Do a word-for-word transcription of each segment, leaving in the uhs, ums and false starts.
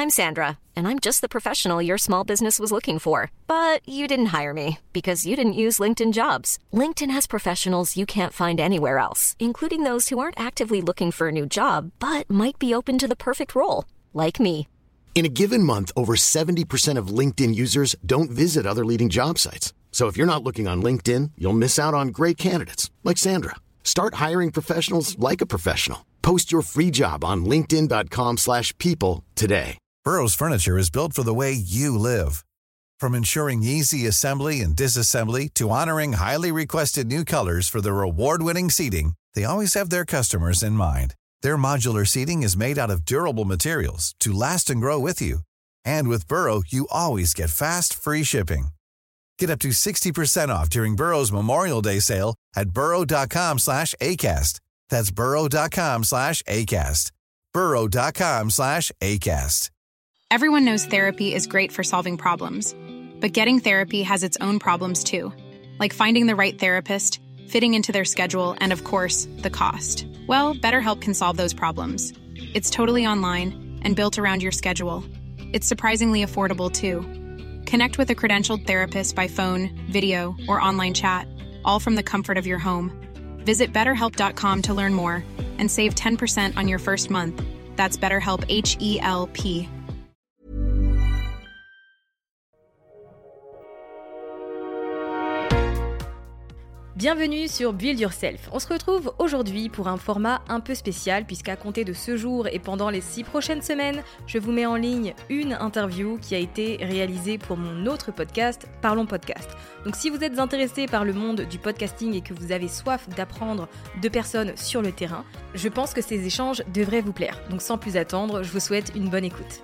I'm Sandra, and I'm just the professional your small business was looking for. But you didn't hire me because you didn't use LinkedIn Jobs. LinkedIn has professionals you can't find anywhere else, including those who aren't actively looking for a new job, but might be open to the perfect role, like me. In a given month, over seventy percent of LinkedIn users don't visit other leading job sites. So if you're not looking on LinkedIn, you'll miss out on great candidates like Sandra. Start hiring professionals like a professional. Post your free job on linkedin.com slash people today. Burrow's furniture is built for the way you live. From ensuring easy assembly and disassembly to honoring highly requested new colors for their award-winning seating, they always have their customers in mind. Their modular seating is made out of durable materials to last and grow with you. And with Burrow, you always get fast, free shipping. Get up to sixty percent off during Burrow's Memorial Day sale at burrow.com slash ACAST. That's burrow.com slash ACAST. burrow.com slash ACAST. Everyone knows therapy is great for solving problems. But getting therapy has its own problems too. Like finding the right therapist, fitting into their schedule, and of course, the cost. Well, BetterHelp can solve those problems. It's totally online and built around your schedule. It's surprisingly affordable too. Connect with a credentialed therapist by phone, video, or online chat, all from the comfort of your home. Visit better help dot com to learn more and save ten percent on your first month. That's BetterHelp, H E L P. Bienvenue sur Build Yourself. On se retrouve aujourd'hui pour un format un peu spécial puisqu'à compter de ce jour et pendant les six prochaines semaines, je vous mets en ligne une interview qui a été réalisée pour mon autre podcast, Parlons Podcast. Donc si vous êtes intéressé par le monde du podcasting et que vous avez soif d'apprendre de personnes sur le terrain, je pense que ces échanges devraient vous plaire. Donc sans plus attendre, je vous souhaite une bonne écoute.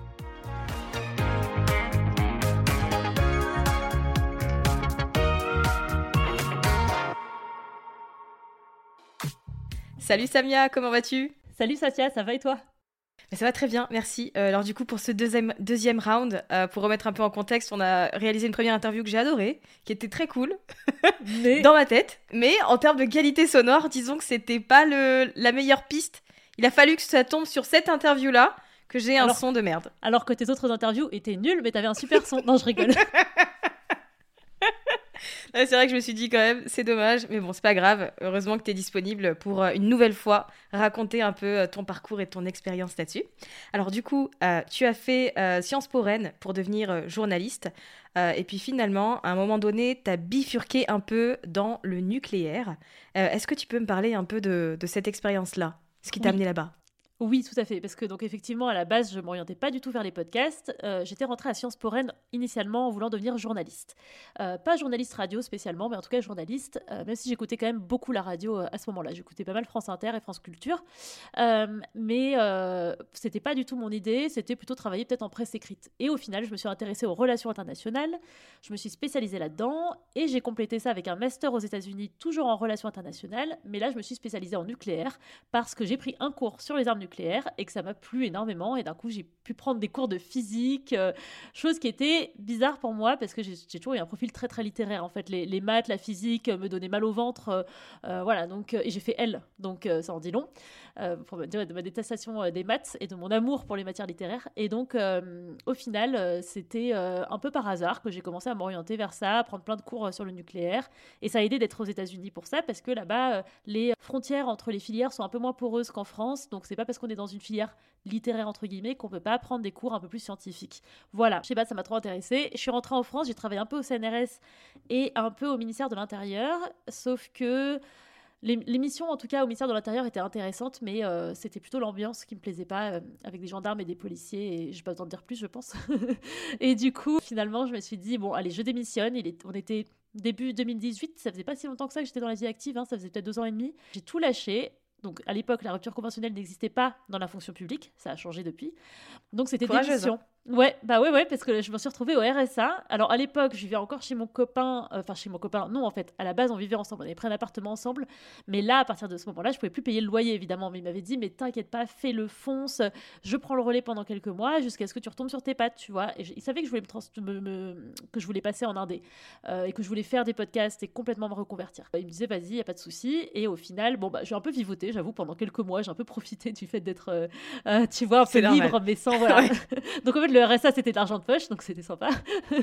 Salut Samia, comment vas-tu ? Salut Satya, ça va et toi ? Ça va très bien, merci. Euh, alors du coup, pour ce deuxième, deuxième round, euh, pour remettre un peu en contexte, on a réalisé une première interview que j'ai adorée, qui était très cool, mais... dans ma tête. Mais en termes de qualité sonore, disons que c'était pas le, la meilleure piste. Il a fallu que ça tombe sur cette interview-là, que j'ai un alors, son de merde. Alors que tes autres interviews étaient nulles, mais t'avais un super son. Non, je rigole. Là, c'est vrai que je me suis dit quand même, c'est dommage, mais bon, c'est pas grave. Heureusement que tu es disponible pour euh, une nouvelle fois raconter un peu euh, ton parcours et ton expérience là-dessus. Alors du coup, euh, tu as fait euh, Sciences Po Rennes pour devenir euh, journaliste. Euh, et puis finalement, à un moment donné, tu as bifurqué un peu dans le nucléaire. Euh, est-ce que tu peux me parler un peu de, de cette expérience-là ? Ce qui t'a Oui. amené là-bas ? Oui, tout à fait, parce que donc effectivement à la base je m'orientais pas du tout vers les podcasts. Euh, j'étais rentrée à Sciences Po Rennes initialement en voulant devenir journaliste, euh, pas journaliste radio spécialement, mais en tout cas journaliste. Euh, même si j'écoutais quand même beaucoup la radio euh, à ce moment-là, j'écoutais pas mal France Inter et France Culture, euh, mais euh, c'était pas du tout mon idée. C'était plutôt travailler peut-être en presse écrite. Et au final, je me suis intéressée aux relations internationales, je me suis spécialisée là-dedans et j'ai complété ça avec un master aux États-Unis, toujours en relations internationales. Mais là, je me suis spécialisée en nucléaire parce que j'ai pris un cours sur les armes nucléaires et que ça m'a plu énormément et d'un coup j'ai pu prendre des cours de physique, euh, chose qui était bizarre pour moi parce que j'ai, j'ai toujours eu un profil très très littéraire en fait. Les, les maths, la physique euh, me donnaient mal au ventre, euh, euh, voilà donc euh, et j'ai fait L, donc euh, ça en dit long euh, pour me dire de ma détestation euh, des maths et de mon amour pour les matières littéraires. Et donc euh, au final euh, c'était euh, un peu par hasard que j'ai commencé à m'orienter vers ça, à prendre plein de cours euh, sur le nucléaire et ça a aidé d'être aux États-Unis pour ça parce que là-bas euh, les frontières entre les filières sont un peu moins poreuses qu'en France, donc c'est pas parce qu'on est dans une filière littéraire entre guillemets qu'on peut pas prendre des cours un peu plus scientifiques. Voilà, je sais pas, ça m'a trop intéressée. Je suis rentrée en France, j'ai travaillé un peu au C N R S et un peu au ministère de l'Intérieur, sauf que les, les missions en tout cas au ministère de l'Intérieur étaient intéressantes, mais euh, c'était plutôt l'ambiance qui me plaisait pas, euh, avec des gendarmes et des policiers, et j'ai pas besoin de dire plus je pense. Et du coup finalement je me suis dit bon allez je démissionne, il est, on était début deux mille dix-huit, ça faisait pas si longtemps que ça que j'étais dans la vie active, hein, ça faisait peut-être deux ans et demi. J'ai tout lâché. Donc, à l'époque, la rupture conventionnelle n'existait pas dans la fonction publique. Ça a changé depuis. Donc, c'était Courageuse, démission. hein. Ouais, bah ouais, ouais, parce que je me suis retrouvée au R S A. Alors à l'époque, je vivais encore chez mon copain, euh, enfin chez mon copain, non en fait, à la base on vivait ensemble, on avait pris un appartement ensemble, mais là, à partir de ce moment-là, je pouvais plus payer le loyer évidemment, mais il m'avait dit, mais t'inquiète pas, fais le fonce, je prends le relais pendant quelques mois jusqu'à ce que tu retombes sur tes pattes, tu vois. Et je- il savait que je voulais me, trans- me- me- que je voulais passer en indé euh, et que je voulais faire des podcasts et complètement me reconvertir. Il me disait, vas-y, y a pas de souci. Et au final, bon bah j'ai un peu vivoté, j'avoue, pendant quelques mois, j'ai un peu profité du fait d'être, euh, euh, tu vois, un peu C'est normal. libre, mais sans voilà. Ouais. Donc en fait, le R S A, c'était de l'argent de poche, donc c'était sympa.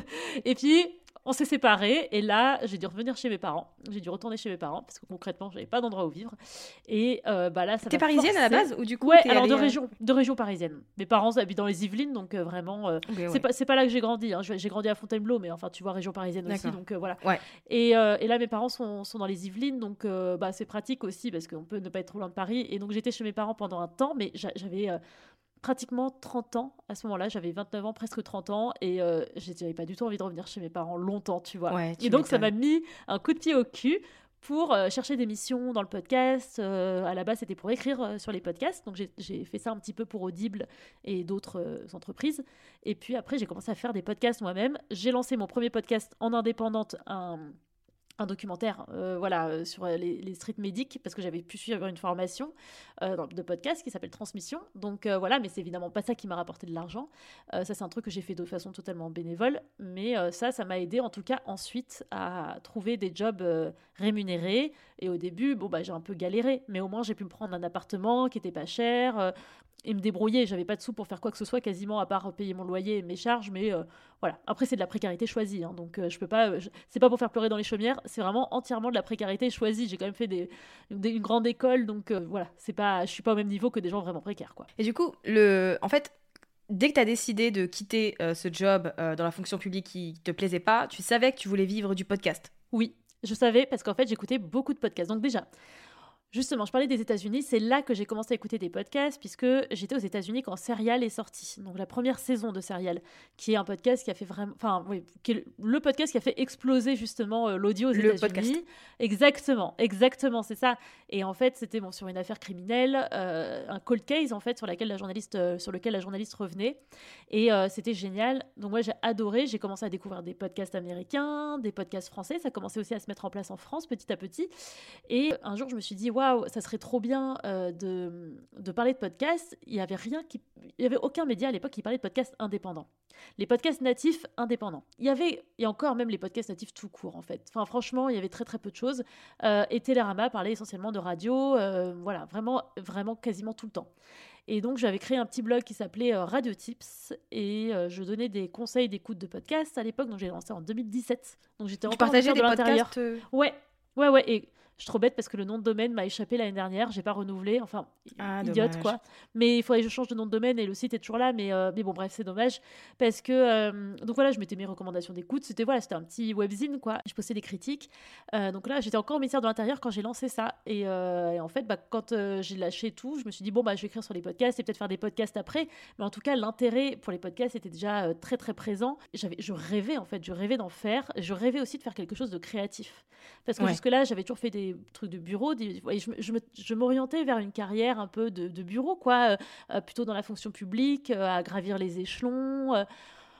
Et puis, on s'est séparés, et là, j'ai dû revenir chez mes parents. J'ai dû retourner chez mes parents, parce que concrètement, j'avais pas d'endroit où vivre. Et euh, bah là, ça T'es m'a parisienne à la forcé- base ou du coup Ouais, t'es alors de allée, euh, région, de région parisienne. Mes parents habitent dans les Yvelines, donc euh, vraiment, euh, ok, c'est ouais. pas, c'est pas là que j'ai grandi. Hein. J'ai j'ai grandi à Fontainebleau, mais enfin, tu vois, région parisienne aussi, D'accord. donc euh, voilà. Ouais. Et, euh, et là, mes parents sont, sont dans les Yvelines, donc euh, bah, c'est pratique aussi, parce qu'on peut ne pas être trop loin de Paris. Et donc, j'étais chez mes parents pendant un temps, mais j'a- j'avais... euh, pratiquement trente ans à ce moment-là, j'avais vingt-neuf ans, presque trente ans, et euh, j'avais pas du tout envie de revenir chez mes parents longtemps, tu vois. Ouais, tu Et donc ça m'a m'étonnes. mis un coup de pied au cul pour euh, chercher des missions dans le podcast. Euh, à la base, c'était pour écrire euh, sur les podcasts, donc j'ai- j'ai fait ça un petit peu pour Audible et d'autres euh, entreprises. Et puis après, j'ai commencé à faire des podcasts moi-même. J'ai lancé mon premier podcast en indépendante, un un documentaire euh, voilà, euh, sur euh, les, les street medics, parce que j'avais pu suivre une formation euh, dans- de podcast qui s'appelle Transmission. Donc euh, voilà, mais c'est évidemment pas ça qui m'a rapporté de l'argent. Euh, ça, c'est un truc que j'ai fait de façon totalement bénévole. Mais euh, ça, ça m'a aidé en tout cas ensuite à trouver des jobs euh, rémunérés. Et au début, bon, bah, j'ai un peu galéré, mais au moins j'ai pu me prendre un appartement qui était pas cher. Euh, et me débrouiller, j'avais pas de sous pour faire quoi que ce soit quasiment à part payer mon loyer et mes charges, mais euh, voilà. Après, c'est de la précarité choisie, hein, donc euh, je peux pas. je- C'est pas pour faire pleurer dans les chaumières, c'est vraiment entièrement de la précarité choisie. J'ai quand même fait des, des- une grande école, donc euh, voilà. C'est pas, je suis pas au même niveau que des gens vraiment précaires, quoi. Et du coup, le... en fait, dès que tu as décidé de quitter euh, ce job euh, dans la fonction publique qui te plaisait pas, tu savais que tu voulais vivre du podcast. Oui, je savais parce qu'en fait, j'écoutais beaucoup de podcasts. Donc déjà, justement, je parlais des États-Unis, c'est là que j'ai commencé à écouter des podcasts, puisque j'étais aux États-Unis quand Serial est sorti. Donc la première saison de Serial, qui est un podcast qui a fait vraiment. Enfin, oui, qui est le podcast qui a fait exploser justement euh, l'audio aux Le États-Unis. podcast. Exactement, exactement, c'est ça. Et en fait, c'était bon, sur une affaire criminelle, euh, un cold case en fait, sur, laquelle la journaliste, euh, sur lequel la journaliste revenait. Et euh, c'était génial. Donc moi, j'ai adoré. J'ai commencé à découvrir des podcasts américains, des podcasts français. Ça commençait aussi à se mettre en place en France petit à petit. Et un jour, je me suis dit, waouh, ça serait trop bien euh, de, de parler de podcasts. Il n'y avait rien qui. Il n'y avait aucun média à l'époque qui parlait de podcasts indépendants. Les podcasts natifs indépendants. Il y avait, il y a encore même les podcasts natifs tout court, en fait. Enfin, franchement, il y avait très très peu de choses. Euh, et Télérama parlait essentiellement de radio. euh, voilà, vraiment, vraiment quasiment tout le temps. Et donc, j'avais créé un petit blog qui s'appelait euh, Radio Tips. Et euh, je donnais des conseils d'écoute de podcasts à l'époque. Donc, j'ai lancé en deux mille dix-sept. Donc, j'étais Tu encore partageais en des de l'intérieur. podcasts euh, Ouais, ouais, ouais. Et je suis trop bête parce que le nom de domaine m'a échappé l'année dernière. J'ai pas renouvelé. Enfin, Ah, idiote, dommage. quoi. Mais il faudrait que je change de nom de domaine et le site est toujours là. Mais, euh, mais bon, bref, c'est dommage. Parce que. euh, donc voilà, je mettais mes recommandations d'écoute. C'était voilà, c'était un petit webzine, quoi. Je postais des critiques. Euh, donc là, j'étais encore au ministère de l'Intérieur quand j'ai lancé ça. Et, euh, et en fait, bah, quand euh, j'ai lâché tout, je me suis dit, bon, bah, je vais écrire sur les podcasts et peut-être faire des podcasts après. Mais en tout cas, l'intérêt pour les podcasts était déjà euh, très, très présent. J'avais, je rêvais, en fait, je rêvais d'en faire. Je rêvais aussi de faire quelque chose de créatif. Parce que Ouais. jusque-là, j'avais toujours fait des trucs de bureau. Des, et je, me- je, me- je m'orientais vers une carrière un peu de, de bureau, quoi. euh, euh, plutôt dans la fonction publique, euh, à gravir les échelons. euh,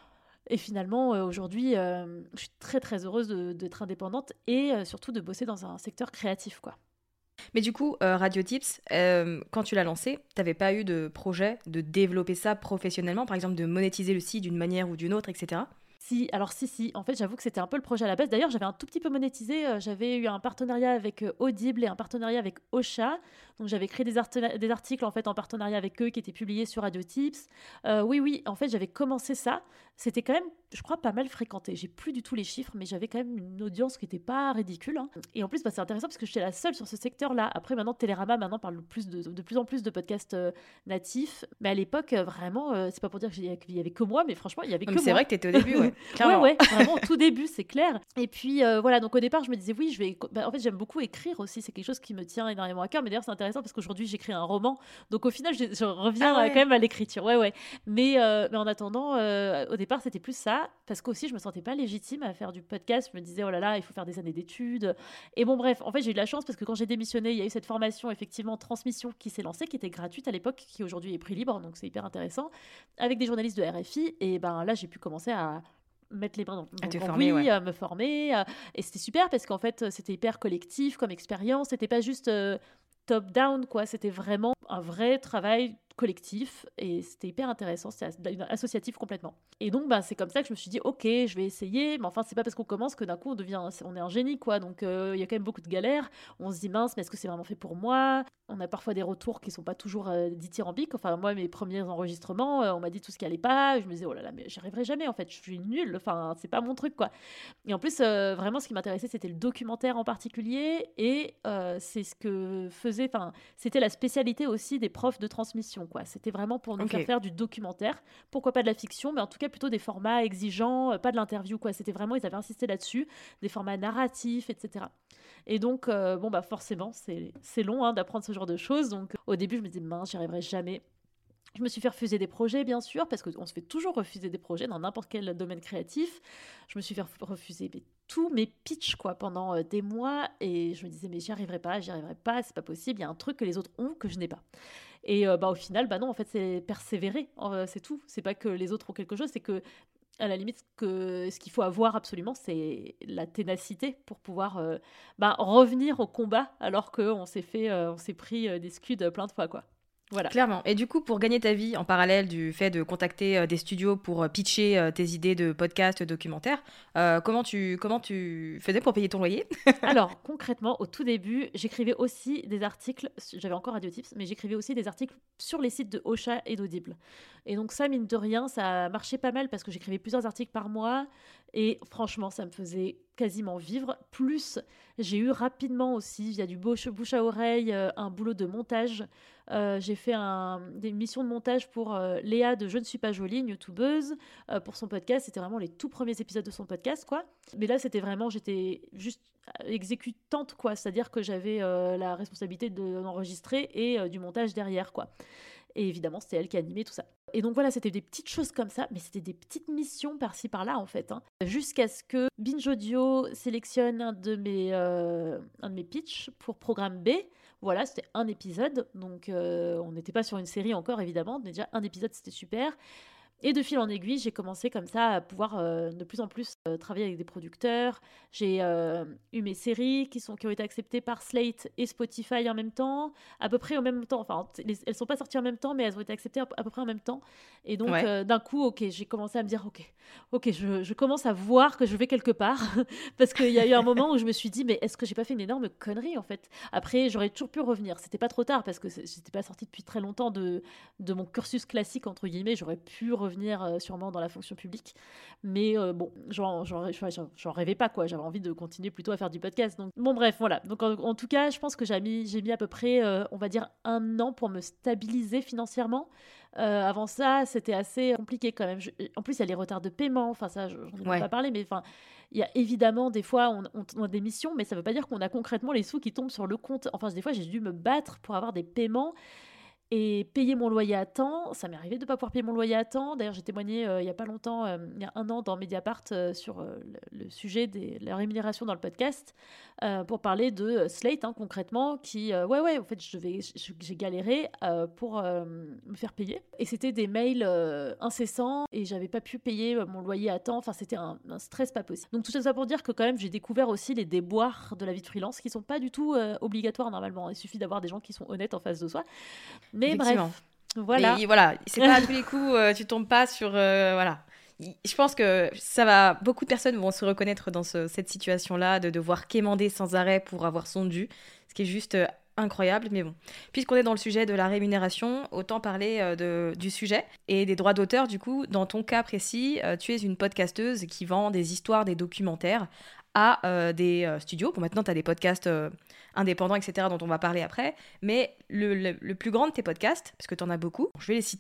et finalement, euh, aujourd'hui, euh, je suis très, très heureuse de- d'être indépendante et euh, surtout de bosser dans un secteur créatif, quoi. Mais du coup, euh, Radio Tips, euh, quand tu l'as lancé, t'avais pas eu de projet de développer ça professionnellement, par exemple de monétiser le site d'une manière ou d'une autre, et cetera. Si, alors si, si. En fait, j'avoue que c'était un peu le projet à la base. D'ailleurs, j'avais un tout petit peu monétisé. euh, J'avais eu un partenariat avec euh, Audible et un partenariat avec Ocha. Donc, j'avais créé des, artena- des articles en fait en partenariat avec eux qui étaient publiés sur Radio Tips. Euh, oui, oui. En fait, j'avais commencé ça. C'était quand même, je crois, pas mal fréquenté. J'ai plus du tout les chiffres, mais j'avais quand même une audience qui n'était pas ridicule, hein. Et en plus, bah, c'est intéressant parce que j'étais la seule sur ce secteur-là. Après, maintenant, Télérama maintenant parle plus de, de plus en plus de podcasts euh, natifs. Mais à l'époque, euh, vraiment, euh, c'est pas pour dire qu'il y avait- qu'il y avait que moi, mais franchement, il y avait Non, que mais c'est moi. vrai que t'étais au début, ouais. Clairement. Ouais, ouais, vraiment au tout début, c'est clair. Et puis euh, voilà, donc au départ, je me disais oui, je vais. Bah, en fait, j'aime beaucoup écrire aussi, c'est quelque chose qui me tient énormément à cœur. Mais d'ailleurs, c'est intéressant parce qu'aujourd'hui, j'écris un roman. Donc au final, je, je reviens Ah euh, ouais. quand même à l'écriture. Ouais, ouais. Mais, euh, mais en attendant, euh, au départ, c'était plus ça. ça parce qu'aussi je me sentais pas légitime à faire du podcast. Je me disais oh là là, il faut faire des années d'études. Et bon bref, en fait j'ai eu de la chance parce que quand j'ai démissionné, il y a eu cette formation effectivement transmission qui s'est lancée, qui était gratuite à l'époque, qui aujourd'hui est prix libre, donc c'est hyper intéressant, avec des journalistes de R F I. Et ben là j'ai pu commencer à mettre les mains dans à te dans- former, oui, ouais. à me former. euh, Et c'était super parce qu'en fait c'était hyper collectif comme expérience. C'était pas juste euh, top down quoi. C'était vraiment un vrai travail collectif et c'était hyper intéressant, c'était as- associatif complètement. Et donc bah, c'est comme ça que je me suis dit ok, je vais essayer, mais enfin c'est pas parce qu'on commence que d'un coup on devient on est un génie quoi. Donc euh, il y a quand même beaucoup de galères. On se dit mince, mais est-ce que c'est vraiment fait pour moi? On a parfois des retours qui sont pas toujours euh, dithyrambiques. Enfin moi mes premiers enregistrements, euh, on m'a dit tout ce qui allait pas, je me disais oh là là, mais j'y arriverai jamais en fait, je suis nulle, enfin c'est pas mon truc quoi. Et en plus, euh, vraiment, ce qui m'intéressait, c'était le documentaire en particulier. Et euh, c'est ce que faisait. Enfin, c'était la spécialité aussi des profs de transmission, quoi. C'était vraiment pour nous Ok. faire faire du documentaire. Pourquoi pas de la fiction, mais en tout cas plutôt des formats exigeants, euh, pas de l'interview, quoi. C'était vraiment, ils avaient insisté là-dessus, des formats narratifs, et cetera. Et donc, euh, bon, bah forcément, c'est c'est long hein, d'apprendre ce genre de choses. Donc, au début, je me disais, mince, j'y arriverai jamais. Je me suis fait refuser des projets, bien sûr, parce qu'on se fait toujours refuser des projets dans n'importe quel domaine créatif. Je me suis fait ref- refuser mais, tous mes pitchs quoi, pendant euh, des mois et je me disais, mais j'y arriverai pas, j'y arriverai pas, c'est pas possible, il y a un truc que les autres ont que je n'ai pas. Et euh, bah, au final, bah non, en fait, c'est persévérer, euh, c'est tout. C'est pas que les autres ont quelque chose, c'est que à la limite, que ce qu'il faut avoir absolument, c'est la ténacité pour pouvoir euh, bah, revenir au combat alors qu'on s'est fait, euh, on s'est pris euh, des scuds plein de fois, quoi. Voilà. Clairement. Et du coup, pour gagner ta vie en parallèle du fait de contacter euh, des studios pour euh, pitcher euh, tes idées de podcast, documentaire, euh, comment tu comment tu faisais pour payer ton loyer? Alors, concrètement, au tout début, j'écrivais aussi des articles, j'avais encore Radio Tips, mais j'écrivais aussi des articles sur les sites de Ocha et d'Audible. Et donc ça, mine de rien, ça marchait pas mal parce que j'écrivais plusieurs articles par mois et franchement, ça me faisait quasiment vivre. Plus, j'ai eu rapidement aussi, via du bouche, bouche à oreille, euh, un boulot de montage. Euh, j'ai fait un, des missions de montage pour euh, Léa de Je ne suis pas jolie, une youtubeuse, euh, pour son podcast. C'était vraiment les tout premiers épisodes de son podcast, quoi. Mais là, c'était vraiment, j'étais juste exécutante, quoi. C'est-à-dire que j'avais euh, la responsabilité de l'enregistrer et euh, du montage derrière, quoi. Et évidemment, c'était elle qui animait tout ça. Et donc voilà, c'était des petites choses comme ça, mais c'était des petites missions par-ci par-là, en fait. Hein. Jusqu'à ce que Binge Audio sélectionne un de mes, euh, un de mes pitchs pour Programme B. Voilà, c'était un épisode, donc euh, on n'était pas sur une série encore, évidemment. Mais déjà, un épisode, c'était super. Et de fil en aiguille, j'ai commencé comme ça à pouvoir euh, de plus en plus euh, travailler avec des producteurs. J'ai euh, eu mes séries qui, sont, qui ont été acceptées par Slate et Spotify en même temps, à peu près au même temps. Enfin, t- les- elles ne sont pas sorties en même temps, mais elles ont été acceptées à, à peu près en même temps. Et donc, Ouais. euh, d'un coup, ok, j'ai commencé à me dire, ok, ok, je, je commence à voir que je vais quelque part. Parce qu'il y a eu un moment où je me suis dit, mais est-ce que j'ai pas fait une énorme connerie, en fait? Après, j'aurais toujours pu revenir. C'était pas trop tard, parce que c'est- j'étais pas sortie depuis très longtemps de, de mon cursus classique, entre guillemets. J'aurais pu revenir euh, sûrement dans la fonction publique. Mais euh, bon, j'en, j'en, j'en- j'en rêvais pas, quoi. J'avais envie de continuer plutôt à faire du podcast. Donc, bon, bref, voilà. Donc, en, en tout cas, je pense que j'ai mis, j'ai mis à peu près, euh, on va dire, un an pour me stabiliser financièrement. Euh, avant ça, c'était assez compliqué quand même. Je- en plus, il y a les retards de paiement. Enfin, ça, je- j'en ai même Ouais. pas parlé, mais enfin, il y a évidemment des fois, on, on- on a des missions, mais ça veut pas dire qu'on a concrètement les sous qui tombent sur le compte. Enfin, des fois, j'ai dû me battre pour avoir des paiements. Et payer mon loyer à temps, ça m'est arrivé de ne pas pouvoir payer mon loyer à temps. D'ailleurs, j'ai témoigné euh, il n'y a pas longtemps, euh, il y a un an, dans Mediapart, euh, sur euh, le, le sujet de la rémunération dans le podcast, euh, pour parler de euh, Slate, hein, concrètement, qui, euh, ouais, ouais, en fait, je vais, je- j'ai galéré euh, pour euh, me faire payer. Et c'était des mails euh, incessants, et j'avais pas pu payer euh, mon loyer à temps. Enfin, c'était un, un stress pas possible. Donc, tout ça pour dire que quand même, j'ai découvert aussi les déboires de la vie de freelance, qui sont pas du tout euh, obligatoires normalement. Il suffit d'avoir des gens qui sont honnêtes en face de soi. Mais Effectivement. bref, voilà. Mais voilà, c'est pas à tous les coups, euh, tu tombes pas sur. euh, voilà. Y- Je pense que ça va. Beaucoup de personnes vont se reconnaître dans ce- cette situation-là, de devoir quémander sans arrêt pour avoir son dû, ce qui est juste euh, incroyable. Mais bon, puisqu'on est dans le sujet de la rémunération, autant parler euh, de, du sujet et des droits d'auteur. Du coup, dans ton cas précis, euh, tu es une podcasteuse qui vend des histoires, des documentaires à euh, des euh, studios. Bon, maintenant, tu as des podcasts euh, indépendants, et cetera, dont on va parler après. Mais le, le- le plus grand de tes podcasts, parce que tu en as beaucoup, je vais les citer,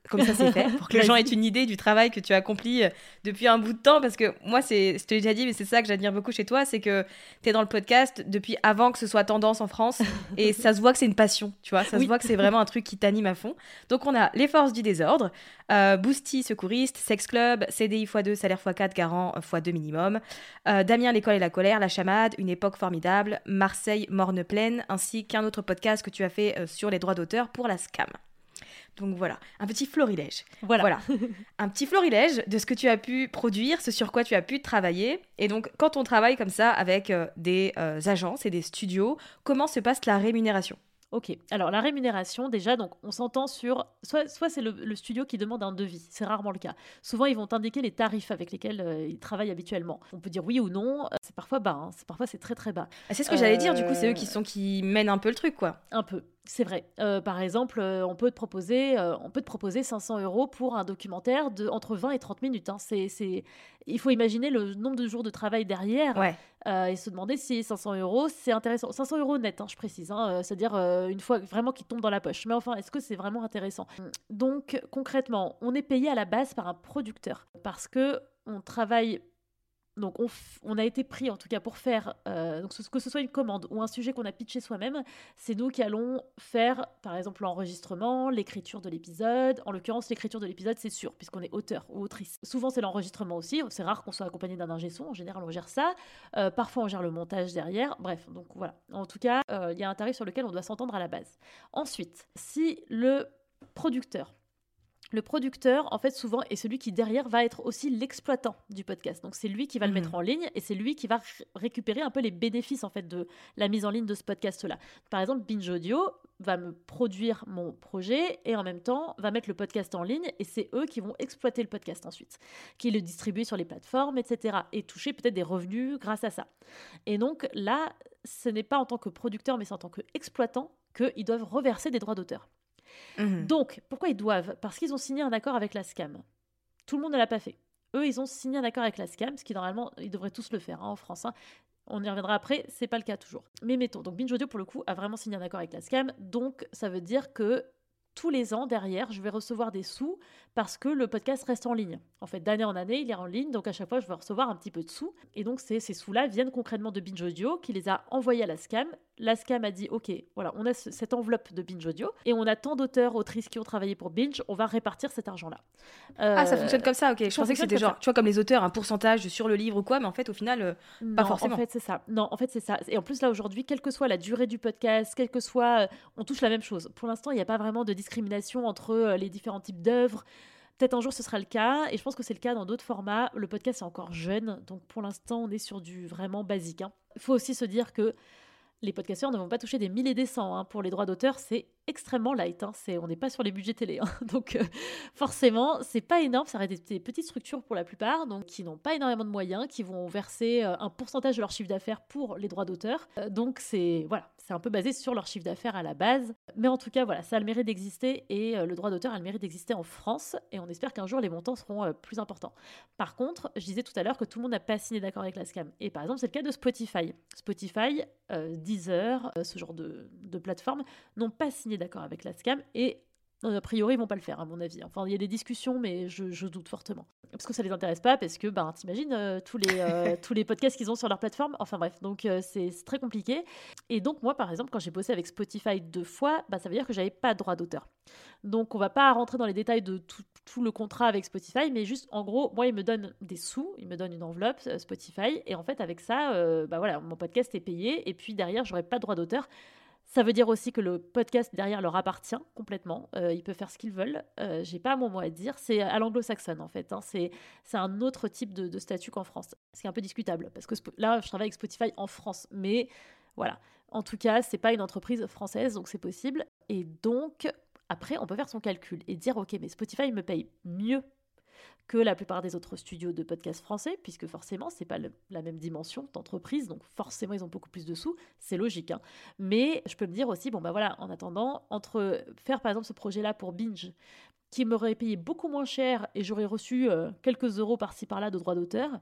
comme ça c'est fait, pour que les gens aient une idée du travail que tu as accompli depuis un bout de temps, parce que moi, c'est, je te l'ai déjà dit, mais c'est ça que j'admire beaucoup chez toi, c'est que tu es dans le podcast depuis avant que ce soit tendance en France, et ça se voit que c'est une passion, tu vois, ça oui. se voit que c'est vraiment un truc qui t'anime à fond. Donc on a Les Forces du Désordre, euh, Boosty, secouriste, Sex Club, C D I fois deux, salaire fois quatre, garant fois deux minimum, euh, Damien, l'école et la colère, La Chamade, Une époque formidable, Marseille, morne pleine, ainsi qu'un autre podcast que tu as fait euh, sur les droits d'auteur pour la SCAM. Donc voilà, un petit florilège. Voilà. voilà. Un petit florilège de ce que tu as pu produire, ce sur quoi tu as pu travailler. Et donc, quand on travaille comme ça avec euh, des euh, agences et des studios, comment se passe la rémunération ? Ok, alors la rémunération, déjà, donc on s'entend sur... Soit, soit c'est le, le studio qui demande un devis, c'est rarement le cas. Souvent, ils vont indiquer les tarifs avec lesquels euh, ils travaillent habituellement. On peut dire oui ou non, c'est parfois bas, hein. c'est, parfois c'est très très bas. Ah, c'est ce que euh... j'allais dire, du coup, c'est eux qui, sont, qui mènent un peu le truc, quoi. Un peu. C'est vrai. Euh, par exemple, euh, on peut te proposer, euh, on peut te proposer cinq cents euros pour un documentaire de entre vingt et trente minutes. Hein. C'est, c'est... Il faut imaginer le nombre de jours de travail derrière ouais. euh, et se demander si cinq cents euros, c'est intéressant. cinq cents euros net, hein, je précise. Hein, c'est-à-dire euh, une fois vraiment qu'ils tombent dans la poche. Mais enfin, est-ce que c'est vraiment intéressant ? Donc, concrètement, on est payé à la base par un producteur parce qu'on travaille... Donc, on, f- on a été pris, en tout cas, pour faire, euh, donc ce, que ce soit une commande ou un sujet qu'on a pitché soi-même, c'est nous qui allons faire, par exemple, l'enregistrement, l'écriture de l'épisode. En l'occurrence, l'écriture de l'épisode, c'est sûr, puisqu'on est auteur ou autrice. Souvent, c'est l'enregistrement aussi. C'est rare qu'on soit accompagné d'un ingé son. En général, on gère ça. Euh, parfois, on gère le montage derrière. Bref, donc voilà. En tout cas, il euh, y a un tarif sur lequel on doit s'entendre à la base. Ensuite, si le producteur... Le producteur, en fait, souvent, est celui qui, derrière, va être aussi l'exploitant du podcast. Donc, c'est lui qui va mmh. le mettre en ligne et c'est lui qui va r- récupérer un peu les bénéfices, en fait, de la mise en ligne de ce podcast-là. Par exemple, Binge Audio va me produire mon projet et, en même temps, va mettre le podcast en ligne et c'est eux qui vont exploiter le podcast ensuite, qui le distribuent sur les plateformes, et cetera. Et toucher peut-être des revenus grâce à ça. Et donc, là, ce n'est pas en tant que producteur, mais c'est en tant qu'exploitant qu'ils doivent reverser des droits d'auteur. Mmh. Donc, pourquoi ils doivent ? Parce qu'ils ont signé un accord avec la SCAM. Tout le monde ne l'a pas fait. Eux, ils ont signé un accord avec la SCAM, ce qui, normalement, ils devraient tous le faire hein, en France. Hein. On y reviendra après, c'est pas le cas toujours. Mais mettons, donc Binge Audio, pour le coup, a vraiment signé un accord avec la SCAM. Donc, ça veut dire que tous les ans, derrière, je vais recevoir des sous parce que le podcast reste en ligne. En fait, d'année en année, il est en ligne, donc à chaque fois, je vais recevoir un petit peu de sous. Et donc, ces, ces sous-là viennent concrètement de Binge Audio, qui les a envoyés à la SCAM. La SCAM a dit, OK, voilà, on a ce, cette enveloppe de Binge Audio, et on a tant d'auteurs, autrices qui ont travaillé pour Binge, on va répartir cet argent-là. Euh, ah, ça fonctionne comme ça, OK. Je pensais que c'était genre, ça. Tu vois, comme les auteurs, un pourcentage sur le livre ou quoi, mais en fait, au final, euh, non, pas forcément. En fait, c'est ça. Non, en fait, c'est ça. Et en plus, là, aujourd'hui, quelle que soit la durée du podcast, quelle que soit... Euh, on touche la même chose. Pour l'instant, il n'y a pas vraiment de discrimination entre euh, les différents types d'œuvres. Peut-être un jour ce sera le cas, et je pense que c'est le cas dans d'autres formats. Le podcast est encore jeune, donc pour l'instant on est sur du vraiment basique. Il hein. faut aussi se dire que les podcasteurs ne vont pas toucher des mille et des cents. Hein. Pour les droits d'auteur, c'est extrêmement light. Hein. C'est, on n'est pas sur les budgets télé. Hein. Donc euh, forcément, c'est pas énorme. Ça reste des, des petites structures pour la plupart, donc qui n'ont pas énormément de moyens, qui vont verser euh, un pourcentage de leur chiffre d'affaires pour les droits d'auteur. Euh, donc c'est, voilà, c'est un peu basé sur leur chiffre d'affaires à la base. Mais en tout cas, voilà, ça a le mérite d'exister et euh, le droit d'auteur a le mérite d'exister en France. Et on espère qu'un jour, les montants seront euh, plus importants. Par contre, je disais tout à l'heure que tout le monde n'a pas signé d'accord avec la SCAM. Et par exemple, c'est le cas de Spotify. Spotify, euh, Deezer, euh, ce genre de, de plateforme, n'ont pas signé d'accord avec la SCAM et a priori ils vont pas le faire à mon avis. Enfin il y a des discussions mais je, je doute fortement parce que ça les intéresse pas parce que ben t'imagines euh, tous les euh, tous les podcasts qu'ils ont sur leur plateforme. Enfin bref donc euh, c'est, c'est très compliqué et donc moi par exemple quand j'ai bossé avec Spotify deux fois bah ça veut dire que j'avais pas de droit d'auteur. Donc on va pas rentrer dans les détails de tout, tout le contrat avec Spotify mais juste en gros moi ils me donnent des sous, ils me donnent une enveloppe euh, Spotify et en fait avec ça euh, bah voilà mon podcast est payé et puis derrière j'aurai pas de droit d'auteur. Ça veut dire aussi que le podcast derrière leur appartient complètement. Euh, ils peuvent faire ce qu'ils veulent. Euh, j'ai pas mon mot à dire. C'est à l'anglo-saxonne en fait. Hein. C'est, c'est un autre type de, de statut qu'en France. Ce qui est un peu discutable parce que là, je travaille avec Spotify en France. Mais voilà. En tout cas, c'est pas une entreprise française, donc c'est possible. Et donc, après, on peut faire son calcul et dire, ok, mais Spotify me paye mieux que la plupart des autres studios de podcasts français, puisque forcément, c'est pas le, la même dimension d'entreprise, donc forcément, ils ont beaucoup plus de sous, c'est logique. Hein. Mais je peux me dire aussi, bon, bah voilà, en attendant, entre faire par exemple ce projet-là pour Binge, qui m'aurait payé beaucoup moins cher et j'aurais reçu euh, quelques euros par-ci par-là de droits d'auteur,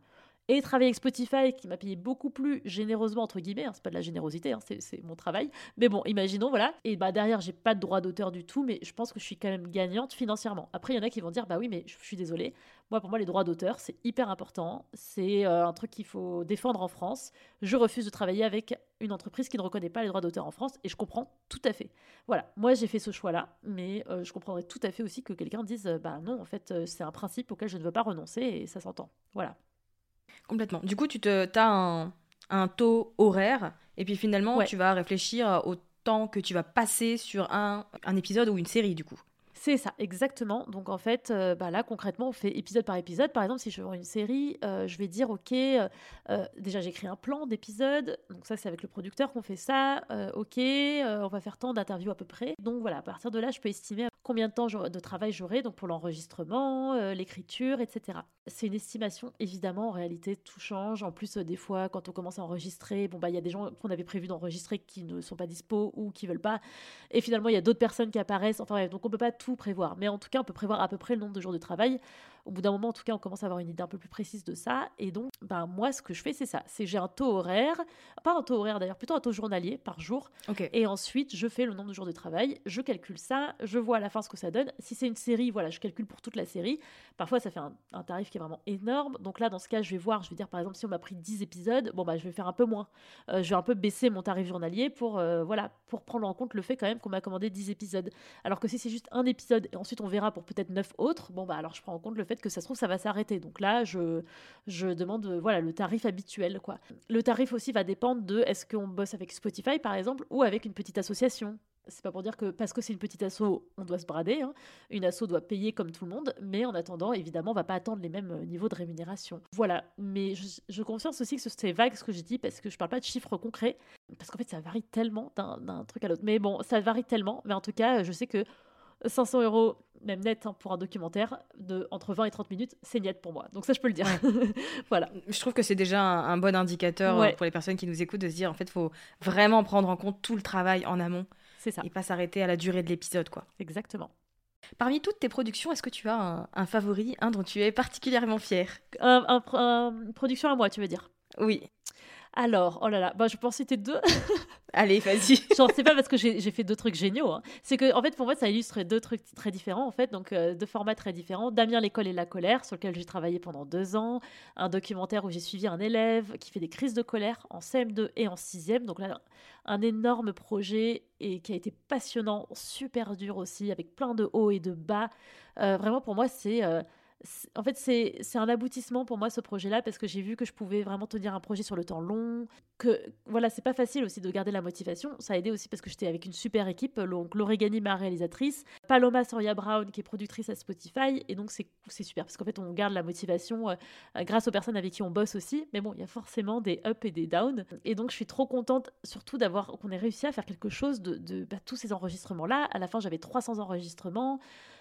et travailler avec Spotify qui m'a payé beaucoup plus généreusement, entre guillemets, hein, c'est pas de la générosité, hein, c'est, c'est mon travail, mais bon, imaginons, voilà, et bah derrière, j'ai pas de droit d'auteur du tout, mais je pense que je suis quand même gagnante financièrement. Après, il y en a qui vont dire, bah oui, mais je suis désolée, moi, pour moi, les droits d'auteur, c'est hyper important, c'est euh, un truc qu'il faut défendre en France, je refuse de travailler avec une entreprise qui ne reconnaît pas les droits d'auteur en France, et je comprends tout à fait. Voilà, moi, j'ai fait ce choix-là, mais euh, je comprendrais tout à fait aussi que quelqu'un dise, euh, bah non, en fait, euh, c'est un principe auquel je ne veux pas renoncer, et ça s'entend, voilà. Complètement. Du coup, tu te, as un, un taux horaire et puis finalement, Ouais. tu vas réfléchir au temps que tu vas passer sur un, un épisode ou une série, du coup. C'est ça, exactement. Donc en fait, euh, bah là concrètement, on fait épisode par épisode. Par exemple, si je veux une série, euh, je vais dire, ok, euh, euh, déjà j'écris un plan d'épisode. Donc ça, c'est avec le producteur qu'on fait ça. Euh, ok, euh, on va faire tant d'interviews à peu près. Donc voilà, à partir de là, je peux estimer combien de temps de travail j'aurai, donc pour l'enregistrement, euh, l'écriture, et cetera. C'est une estimation, évidemment, en réalité, tout change. En plus, euh, des fois, quand on commence à enregistrer, bon bah il y a des gens qu'on avait prévu d'enregistrer qui ne sont pas dispo ou qui veulent pas. Et finalement, il y a d'autres personnes qui apparaissent. Enfin bref, donc on peut pas tout prévoir. Mais en tout cas, on peut prévoir à peu près le nombre de jours de travail. Au bout d'un moment, en tout cas, on commence à avoir une idée un peu plus précise de ça. Et donc, ben, moi, ce que je fais, c'est ça. C'est j'ai un taux horaire, pas un taux horaire d'ailleurs, plutôt un taux journalier par jour. Ok. Et ensuite, je fais le nombre de jours de travail, je calcule ça, je vois à la fin ce que ça donne. Si c'est une série, voilà, je calcule pour toute la série. Parfois, ça fait un, un tarif qui est vraiment énorme. Donc là, dans ce cas, je vais voir, je vais dire, par exemple, si on m'a pris dix épisodes, bon, bah, je vais faire un peu moins. Euh, je vais un peu baisser mon tarif journalier pour, euh, voilà, pour prendre en compte le fait quand même qu'on m'a commandé dix épisodes. Alors que si c'est juste un épisode et ensuite on verra pour peut-être neuf autres, bon, bah, alors je prends en compte le fait que ça se trouve, ça va s'arrêter. Donc là, je, je demande, voilà, le tarif habituel, quoi. Le tarif aussi va dépendre de est-ce qu'on bosse avec Spotify, par exemple, ou avec une petite association. C'est pas pour dire que parce que c'est une petite asso, on doit se brader. Hein. Une asso doit payer comme tout le monde, mais en attendant, évidemment, on va pas attendre les mêmes niveaux de rémunération. Voilà, mais je, je conscience aussi que c'est vague ce que je dis parce que je parle pas de chiffres concrets, parce qu'en fait, ça varie tellement d'un, d'un truc à l'autre. Mais bon, ça varie tellement, mais en tout cas, je sais que cinq cents euros, même net, hein, pour un documentaire de entre vingt et trente minutes, c'est net pour moi. Donc ça, je peux le dire. Ouais. Voilà. Je trouve que c'est déjà un, un bon indicateur Ouais. pour les personnes qui nous écoutent de se dire, en fait, il faut vraiment prendre en compte tout le travail en amont. C'est ça. Et pas s'arrêter à la durée de l'épisode, quoi. Exactement. Parmi toutes tes productions, est-ce que tu as un, un favori, un dont tu es particulièrement fière ? Un, un, un, une production à moi, tu veux dire ? Oui. Alors, oh là là, bah, je peux en citer deux. Allez, vas-y. Genre, c'est pas parce que j'ai, j'ai fait deux trucs géniaux. Hein. C'est que, en fait, pour moi, ça illustre deux trucs très différents, en fait. Donc, euh, deux formats très différents. Damien, l'école et la colère, sur lequel j'ai travaillé pendant deux ans. Un documentaire où j'ai suivi un élève qui fait des crises de colère en C M deux et en sixième. Donc là, un énorme projet et qui a été passionnant, super dur aussi, avec plein de hauts et de bas. Euh, vraiment, pour moi, c'est... Euh, En fait, c'est, c'est un aboutissement pour moi, ce projet-là, parce que j'ai vu que je pouvais vraiment tenir un projet sur le temps long, que voilà, c'est pas facile aussi de garder la motivation. Ça a aidé aussi parce que j'étais avec une super équipe, donc Laurie Gagny, ma réalisatrice, Paloma Soria Brown, qui est productrice à Spotify, et donc c'est, c'est super, parce qu'en fait, on garde la motivation euh, grâce aux personnes avec qui on bosse aussi, mais bon, il y a forcément des ups et des downs, et donc je suis trop contente, surtout d'avoir, qu'on ait réussi à faire quelque chose de, de bah, tous ces enregistrements-là. À la fin, j'avais trois cents enregistrements,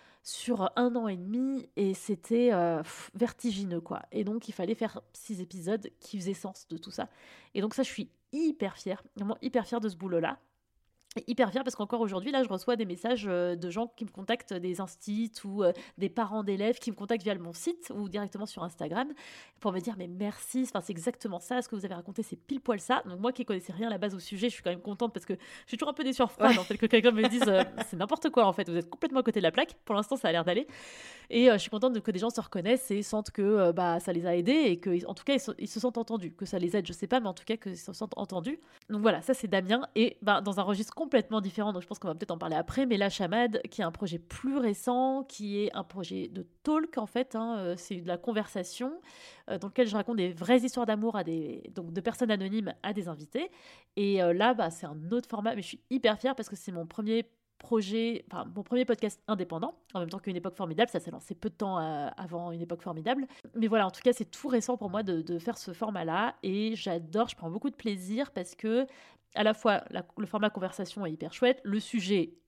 sur un an et demi, et c'était euh, pff, vertigineux, quoi. Et donc, il fallait faire six épisodes qui faisaient sens de tout ça. Et donc ça, je suis hyper fière, vraiment hyper fière de ce boulot-là. Et hyper fière parce qu'encore aujourd'hui, là, je reçois des messages euh, de gens qui me contactent, des instits ou euh, des parents d'élèves qui me contactent via mon site ou directement sur Instagram pour me dire mais merci, enfin, c'est exactement ça, ce que vous avez raconté, c'est pile poil ça. Donc moi qui connaissais rien à la base au sujet, je suis quand même contente parce que je suis toujours un peu des surfroides ouais. en fait, que quelqu'un me dise euh, c'est n'importe quoi en fait, vous êtes complètement à côté de la plaque. Pour l'instant, ça a l'air d'aller. Et euh, je suis contente de, que des gens se reconnaissent et sentent que euh, bah, ça les a aidés et que, en tout cas, ils se, ils se sentent entendus. Que ça les aide, je sais pas, mais en tout cas, qu'ils se sentent entendus. Donc voilà, ça c'est Damien. Et bah, dans un registre complètement différent, donc je pense qu'on va peut-être en parler après, mais La Chamade, qui est un projet plus récent, qui est un projet de talk en fait, hein, euh, c'est de la conversation, euh, dans lequel je raconte des vraies histoires d'amour à des, donc de personnes anonymes à des invités. Et euh, là, bah, c'est un autre format, mais je suis hyper fière parce que c'est mon premier projet, enfin mon premier podcast indépendant, en même temps qu'Une époque formidable, ça s'est lancé peu de temps euh, avant Une époque formidable. Mais voilà, en tout cas, c'est tout récent pour moi de, de faire ce format-là et j'adore, je prends beaucoup de plaisir parce que à la fois la, le format conversation est hyper chouette, le sujet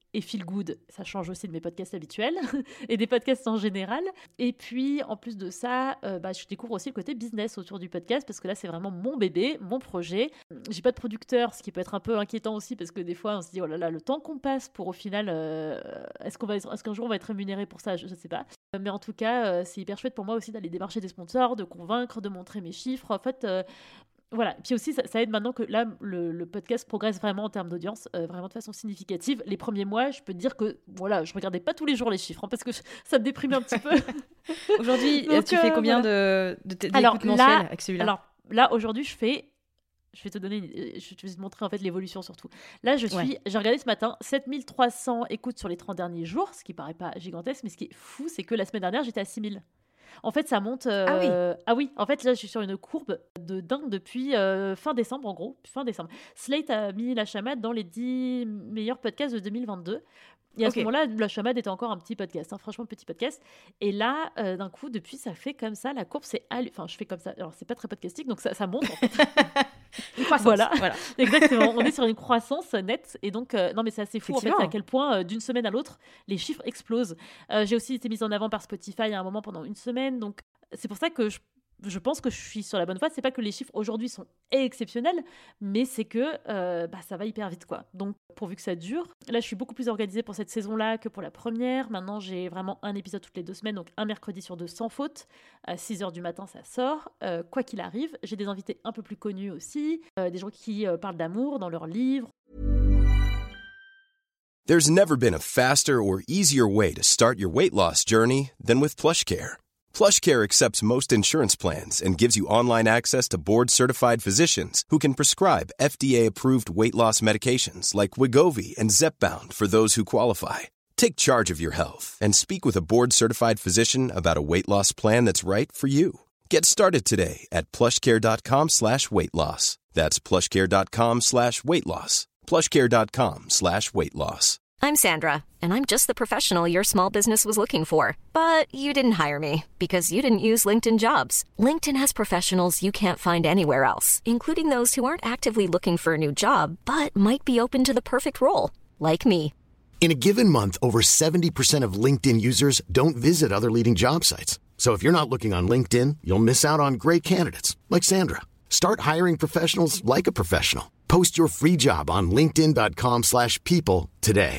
et feel good, ça change aussi de mes podcasts habituels et des podcasts en général. Et puis, en plus de ça, euh, bah, je découvre aussi le côté business autour du podcast parce que là, c'est vraiment mon bébé, mon projet. J'ai pas de producteur, ce qui peut être un peu inquiétant aussi parce que des fois, on se dit, oh là là, le temps qu'on passe pour au final, euh, est-ce, qu'on va être, est-ce qu'un jour on va être rémunéré pour ça ? Je ne sais pas. Mais en tout cas, euh, c'est hyper chouette pour moi aussi d'aller démarcher des sponsors, de convaincre, de montrer mes chiffres. En fait, euh, voilà. Puis aussi, ça, ça aide maintenant que là, le, le podcast progresse vraiment en termes d'audience, euh, vraiment de façon significative. Les premiers mois, je peux te dire que voilà, je regardais pas tous les jours les chiffres hein, parce que je, ça me déprimait un petit peu. Aujourd'hui, Donc, tu euh, fais combien voilà. de, de, de, alors, d'écoutes là, mensuelles avec celui-là ? Alors là, aujourd'hui, je fais... Je vais te donner, une... je vais te montrer en fait l'évolution surtout. Là, je suis, ouais. j'ai regardé ce matin, sept mille trois cents écoutes sur les trente derniers jours, ce qui paraît pas gigantesque, mais ce qui est fou, c'est que la semaine dernière, j'étais à six mille. En fait, ça monte. Euh... Ah oui. Ah oui. En fait, là, je suis sur une courbe de dingue depuis euh, fin décembre, en gros, fin décembre. Slate a mis La Chamade dans les dix meilleurs podcasts de deux mille vingt-deux. Et à okay. ce moment-là, La Chamade était encore un petit podcast, hein, franchement petit podcast. Et là, euh, d'un coup, depuis, ça fait comme ça, la courbe, c'est... All... Enfin, je fais comme ça. Alors, c'est pas très podcastique, donc ça, ça monte, en fait. Une croissance. Voilà. voilà. Exactement. On est sur une croissance nette. Et donc, euh, non, mais c'est assez fou, en fait, à quel point, euh, d'une semaine à l'autre, les chiffres explosent. Euh, j'ai aussi été mise en avant par Spotify à un moment pendant une semaine. Donc, c'est pour ça que je... Je pense que je suis sur la bonne voie. C'est pas que les chiffres aujourd'hui sont exceptionnels, mais c'est que euh, bah, ça va hyper vite, quoi. Donc, pourvu que ça dure. Là, je suis beaucoup plus organisée pour cette saison-là que pour la première. Maintenant, j'ai vraiment un épisode toutes les deux semaines, donc un mercredi sur deux sans faute. À six heures du matin, ça sort. Euh, quoi qu'il arrive, j'ai des invités un peu plus connus aussi, euh, des gens qui euh, parlent d'amour dans leurs livres. There's never been a faster or easier way to start your weight loss journey than with PlushCare. PlushCare accepts most insurance plans and gives you online access to board-certified physicians who can prescribe F D A-approved weight loss medications like Wegovy and Zepbound for those who qualify. Take charge of your health and speak with a board-certified physician about a weight loss plan that's right for you. Get started today at plushcare.com slash weight loss. That's plushcare.com slash weight loss. plushcare.com slash weight loss. I'm Sandra, and I'm just the professional your small business was looking for. But you didn't hire me because you didn't use LinkedIn Jobs. LinkedIn has professionals you can't find anywhere else, including those who aren't actively looking for a new job, but might be open to the perfect role, like me. In a given month, over seventy percent of LinkedIn users don't visit other leading job sites. So if you're not looking on LinkedIn, you'll miss out on great candidates, like Sandra. Start hiring professionals like a professional. Post your free job on linkedin.com slash people today.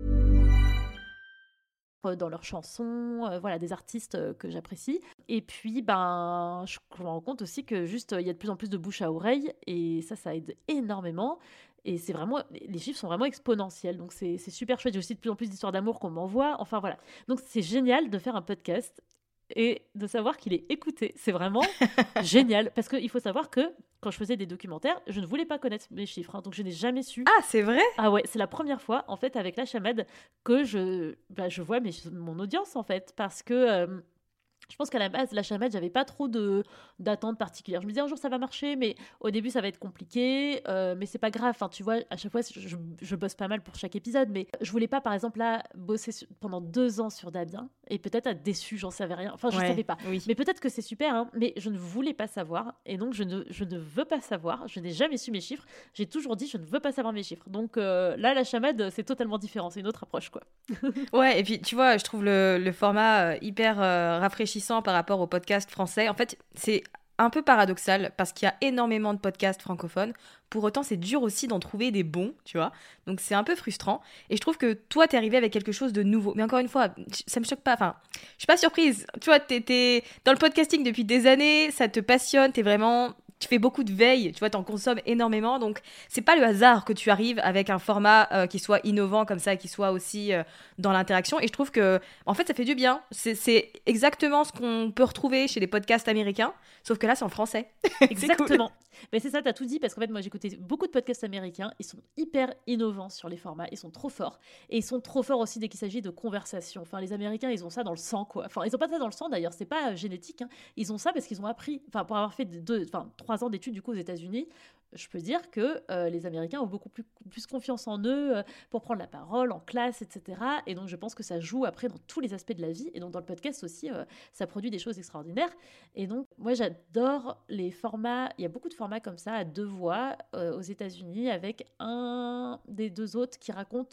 Dans leurs chansons, euh, voilà, des artistes euh, que j'apprécie. Et puis, ben, je me rends compte aussi que juste, il y a de plus en plus de bouche à oreille, et ça, ça aide énormément. Et c'est vraiment, les chiffres sont vraiment exponentiels, donc c'est, c'est super chouette. J'ai aussi de plus en plus d'histoires d'amour qu'on m'envoie. Enfin voilà, donc c'est génial de faire un podcast et de savoir qu'il est écouté. C'est vraiment génial, parce qu'il faut savoir que quand je faisais des documentaires, je ne voulais pas connaître mes chiffres, hein, donc je n'ai jamais su. Ah, c'est vrai ? Ah ouais, c'est la première fois, en fait, avec La Chamade, que je, bah, je vois mes, mon audience, en fait, parce que... Euh, je pense qu'à la base, La Chamade, j'avais pas trop de, d'attentes particulières. Je me disais, un jour, ça va marcher, mais au début, ça va être compliqué. Euh, mais c'est pas grave. Enfin, tu vois, à chaque fois, je, je, je bosse pas mal pour chaque épisode. Mais je voulais pas, par exemple, là, bosser sur, pendant deux ans sur Damien. Et peut-être être déçue, j'en savais rien. Enfin, je ouais, savais pas. Oui. Mais peut-être que c'est super, hein, mais je ne voulais pas savoir. Et donc, je ne, je ne veux pas savoir. Je n'ai jamais su mes chiffres. J'ai toujours dit, je ne veux pas savoir mes chiffres. Donc euh, là, La Chamade, c'est totalement différent. C'est une autre approche, quoi. Ouais, et puis, tu vois, je trouve le, le format euh, hyper euh, rafraîchissant par rapport au podcast français. En fait, c'est un peu paradoxal parce qu'il y a énormément de podcasts francophones. Pour autant, c'est dur aussi d'en trouver des bons, tu vois. Donc, c'est un peu frustrant. Et je trouve que toi, t'es arrivé avec quelque chose de nouveau. Mais encore une fois, ça me choque pas. Enfin, je suis pas surprise. Tu vois, t'es, t'es dans le podcasting depuis des années. Ça te passionne. T'es vraiment... Tu fais beaucoup de veille, tu vois, t'en consommes énormément, donc c'est pas le hasard que tu arrives avec un format euh, qui soit innovant comme ça, qui soit aussi euh, dans l'interaction. Et je trouve que, en fait, ça fait du bien. C'est, c'est exactement ce qu'on peut retrouver chez les podcasts américains, sauf que là, c'est en français. Exactement. C'est mais c'est ça, t'as tout dit, parce qu'en fait, moi, j'ai écouté beaucoup de podcasts américains. Ils sont hyper innovants sur les formats. Ils sont trop forts. Et ils sont trop forts aussi dès qu'il s'agit de conversation. Enfin, les Américains, ils ont ça dans le sang, quoi. Enfin, ils ont pas ça dans le sang, d'ailleurs. C'est pas euh, génétique. Hein. Ils ont ça parce qu'ils ont appris, enfin, pour avoir fait deux, enfin, trois ans d'études, du coup, aux États-Unis, je peux dire que euh, les Américains ont beaucoup plus, plus confiance en eux euh, pour prendre la parole en classe, et cetera. Et donc, je pense que ça joue après dans tous les aspects de la vie. Et donc, dans le podcast aussi, euh, ça produit des choses extraordinaires. Et donc, moi, j'adore les formats. Il y a beaucoup de formats comme ça, à deux voix, euh, aux États-Unis, avec un des deux autres qui raconte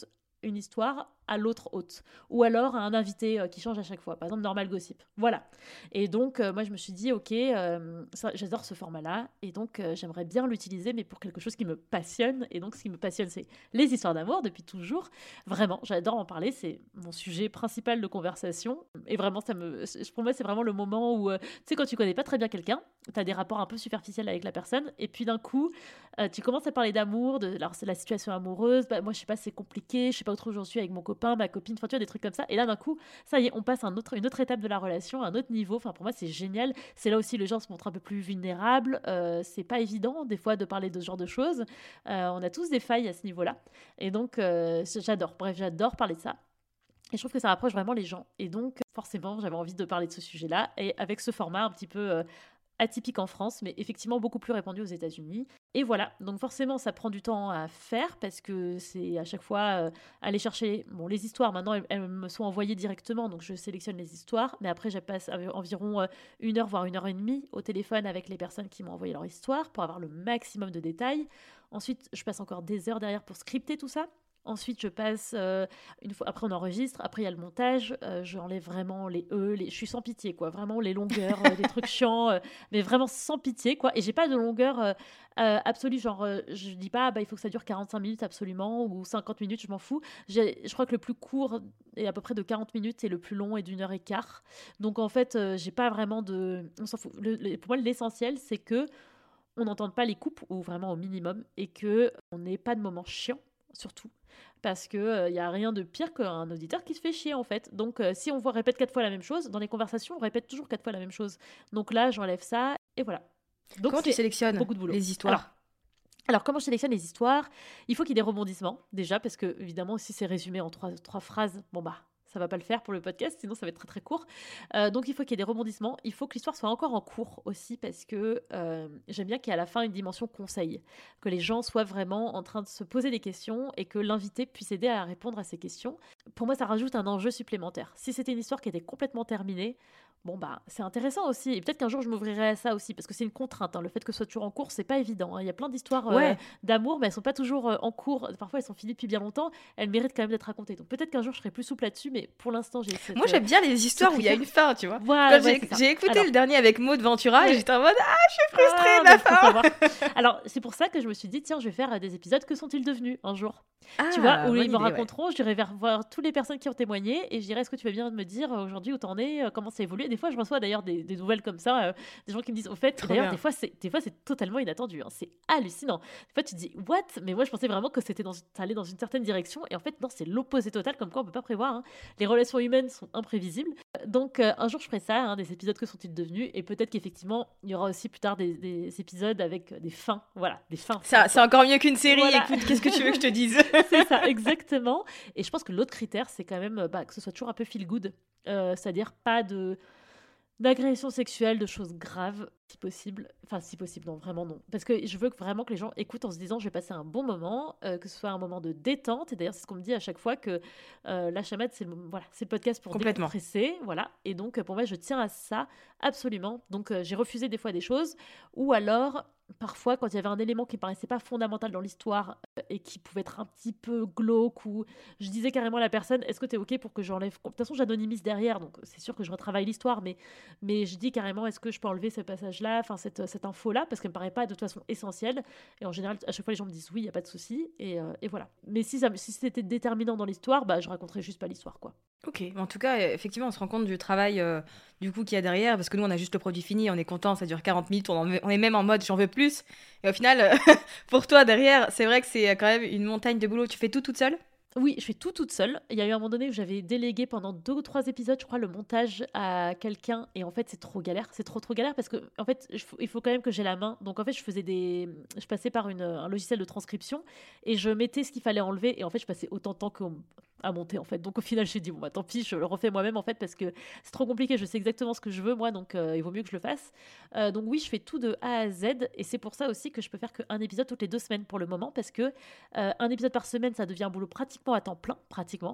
une histoire à l'autre hôte, ou alors à un invité euh, qui change à chaque fois, par exemple Normal Gossip. Voilà. Et donc, euh, moi, je me suis dit, ok, euh, ça, j'adore ce format-là, et donc euh, j'aimerais bien l'utiliser, mais pour quelque chose qui me passionne. Et donc, ce qui me passionne, c'est les histoires d'amour depuis toujours. Vraiment, j'adore en parler, c'est mon sujet principal de conversation. Et vraiment, ça me, pour moi, c'est vraiment le moment où, euh, tu sais, quand tu connais pas très bien quelqu'un, tu as des rapports un peu superficiels avec la personne, et puis d'un coup, euh, tu commences à parler d'amour, de alors, c'est la situation amoureuse. Bah, moi, je sais pas, c'est compliqué, je sais pas où trop j'en suis avec mon copain, ma copine, enfin, tu vois, des trucs comme ça. Et là, d'un coup, ça y est, on passe à un autre, une autre étape de la relation, à un autre niveau. Enfin, pour moi, c'est génial. C'est là aussi, les gens se montrent un peu plus vulnérables. Euh, c'est pas évident, des fois, de parler de ce genre de choses. Euh, on a tous des failles à ce niveau-là. Et donc, euh, j'adore. Bref, j'adore parler de ça. Et je trouve que ça rapproche vraiment les gens. Et donc, forcément, j'avais envie de parler de ce sujet-là. Et avec ce format un petit peu euh, atypique en France, mais effectivement beaucoup plus répandu aux États-Unis. Et voilà, donc forcément, ça prend du temps à faire parce que c'est à chaque fois euh, aller chercher bon, les histoires. Maintenant, elles, elles me sont envoyées directement, donc je sélectionne les histoires. Mais après, je passe environ euh, une heure, voire une heure et demie au téléphone avec les personnes qui m'ont envoyé leur histoire pour avoir le maximum de détails. Ensuite, je passe encore des heures derrière pour scripter tout ça. Ensuite, je passe, euh, une fois, après on enregistre, après il y a le montage, euh, j'enlève vraiment les E, les, je suis sans pitié, quoi, vraiment les longueurs, euh, les trucs chiants, euh, mais vraiment sans pitié, quoi, et j'ai pas de longueur euh, euh, absolue, genre, euh, je dis pas, bah, il faut que ça dure quarante-cinq minutes absolument, ou cinquante minutes, je m'en fous, j'ai, je crois que le plus court est à peu près de quarante minutes, et le plus long est d'une heure et quart, donc en fait, euh, j'ai pas vraiment de, on s'en fout, le, le, pour moi l'essentiel, c'est que on n'entende pas les coupes, ou vraiment au minimum, et que on n'ait pas de moments chiants, surtout, parce qu'il n'y euh, a rien de pire qu'un auditeur qui se fait chier en fait. Donc euh, si on voit répète quatre fois la même chose, dans les conversations on répète toujours quatre fois la même chose. Donc là j'enlève ça et voilà. Donc, comment tu sélectionnes beaucoup de boulot. les histoires? Alors, alors comment je sélectionne les histoires? Il faut qu'il y ait des rebondissements déjà, parce que évidemment si c'est résumé en trois, trois phrases, bon bah ça va pas le faire pour le podcast, sinon ça va être très très court. Euh, donc il faut qu'il y ait des rebondissements, il faut que l'histoire soit encore en cours aussi, parce que euh, j'aime bien qu'il y ait à la fin une dimension conseil, que les gens soient vraiment en train de se poser des questions et que l'invité puisse aider à répondre à ces questions. Pour moi ça rajoute un enjeu supplémentaire. Si c'était une histoire qui était complètement terminée, bon bah c'est intéressant aussi, et peut-être qu'un jour je m'ouvrirai à ça aussi, parce que c'est une contrainte, hein. Le fait que ce soit toujours en cours, c'est pas évident, hein. Il y a plein d'histoires euh, ouais. d'amour, mais elles sont pas toujours euh, en cours, parfois elles sont finies depuis bien longtemps, elles méritent quand même d'être racontées. Donc peut-être qu'un jour je serai plus souple là-dessus, mais pour l'instant j'ai cette, moi j'aime bien les histoires où il y a une fin, tu vois. Voilà, Quand ouais, j'ai, j'ai écouté Alors, le dernier avec Maud Ventura, ouais. Et j'étais en mode ah je suis frustrée ah, de la fin. Alors c'est pour ça que je me suis dit tiens je vais faire des épisodes, que sont-ils devenus un jour, ah, tu vois, où ils me idée, raconteront, ouais. je dirais vers voir toutes les personnes qui ont témoigné et je dirais est-ce que tu veux bien me dire aujourd'hui où t'en es, comment ça évolue. Des fois je reçois d'ailleurs des, des nouvelles comme ça, euh, des gens qui me disent au fait, Trop d'ailleurs bien. des fois c'est des fois c'est totalement inattendu, hein. C'est hallucinant. Des fois tu te dis what, mais moi je pensais vraiment que c'était dans, ça allait dans une certaine direction et en fait non, c'est l'opposé total, comme quoi on peut pas prévoir, hein. Les relations humaines sont imprévisibles. Donc euh, un jour je ferai ça, hein, des épisodes que sont-ils devenus, et peut-être qu'effectivement il y aura aussi plus tard des, des épisodes avec des fins, voilà, des fins. Ça, c'est encore mieux qu'une série, voilà. Écoute, qu'est-ce que tu veux que je te dise? C'est ça, exactement. Et je pense que l'autre critère, c'est quand même bah, que ce soit toujours un peu feel good, euh, c'est-à-dire pas de d'agression sexuelle, de choses graves, si possible. Enfin, si possible, non, vraiment non. Parce que je veux vraiment que les gens écoutent en se disant, je vais passer un bon moment, euh, que ce soit un moment de détente. Et d'ailleurs, c'est ce qu'on me dit à chaque fois, que euh, la chamade, c'est le, voilà, c'est le podcast pour décompresser. Voilà. Et donc, pour moi, je tiens à ça, absolument. Donc, euh, j'ai refusé des fois des choses. Ou alors, parfois, quand il y avait un élément qui ne paraissait pas fondamental dans l'histoire euh, et qui pouvait être un petit peu glauque, ou je disais carrément à la personne, est-ce que tu es OK pour que j'enlève... De toute façon, j'anonymise derrière, donc c'est sûr que je retravaille l'histoire, mais, mais je dis carrément, est-ce que je peux enlever ce passage-là, enfin cette, cette info-là, parce qu'elle me paraît pas de toute façon essentielle. Et en général, à chaque fois, les gens me disent oui, il n'y a pas de souci, et, euh, et voilà. Mais si, ça, si c'était déterminant dans l'histoire, bah, je raconterais juste pas l'histoire, quoi. Ok, en tout cas, effectivement, on se rend compte du travail euh, du coup qu'il y a derrière, parce que nous, on a juste le produit fini, on est content, ça dure quarante minutes, on, en, on est même en mode j'en veux plus. Et au final, euh, pour toi, derrière, c'est vrai que c'est quand même une montagne de boulot. Tu fais tout toute seule ? Oui, je fais tout toute seule. Il y a eu un moment donné où j'avais délégué pendant deux ou trois épisodes, je crois, le montage à quelqu'un. Et en fait, c'est trop galère. C'est trop, trop galère parce que, en fait, je, il faut quand même que j'ai la main. Donc, en fait, je faisais des... Je passais par une, un logiciel de transcription et je mettais ce qu'il fallait enlever. Et en fait, je passais autant de temps qu'à monter, en fait. Donc, au final, j'ai dit, bon, bah, tant pis, je le refais moi-même, en fait, parce que c'est trop compliqué. Je sais exactement ce que je veux, moi. Donc, euh, il vaut mieux que je le fasse. Euh, donc, oui, je fais tout de A à Z. Et c'est pour ça aussi que je peux faire qu'un épisode toutes les deux semaines pour le moment. Parce que euh, un épisode par semaine, ça devient un boulot pratiquement à temps plein, pratiquement.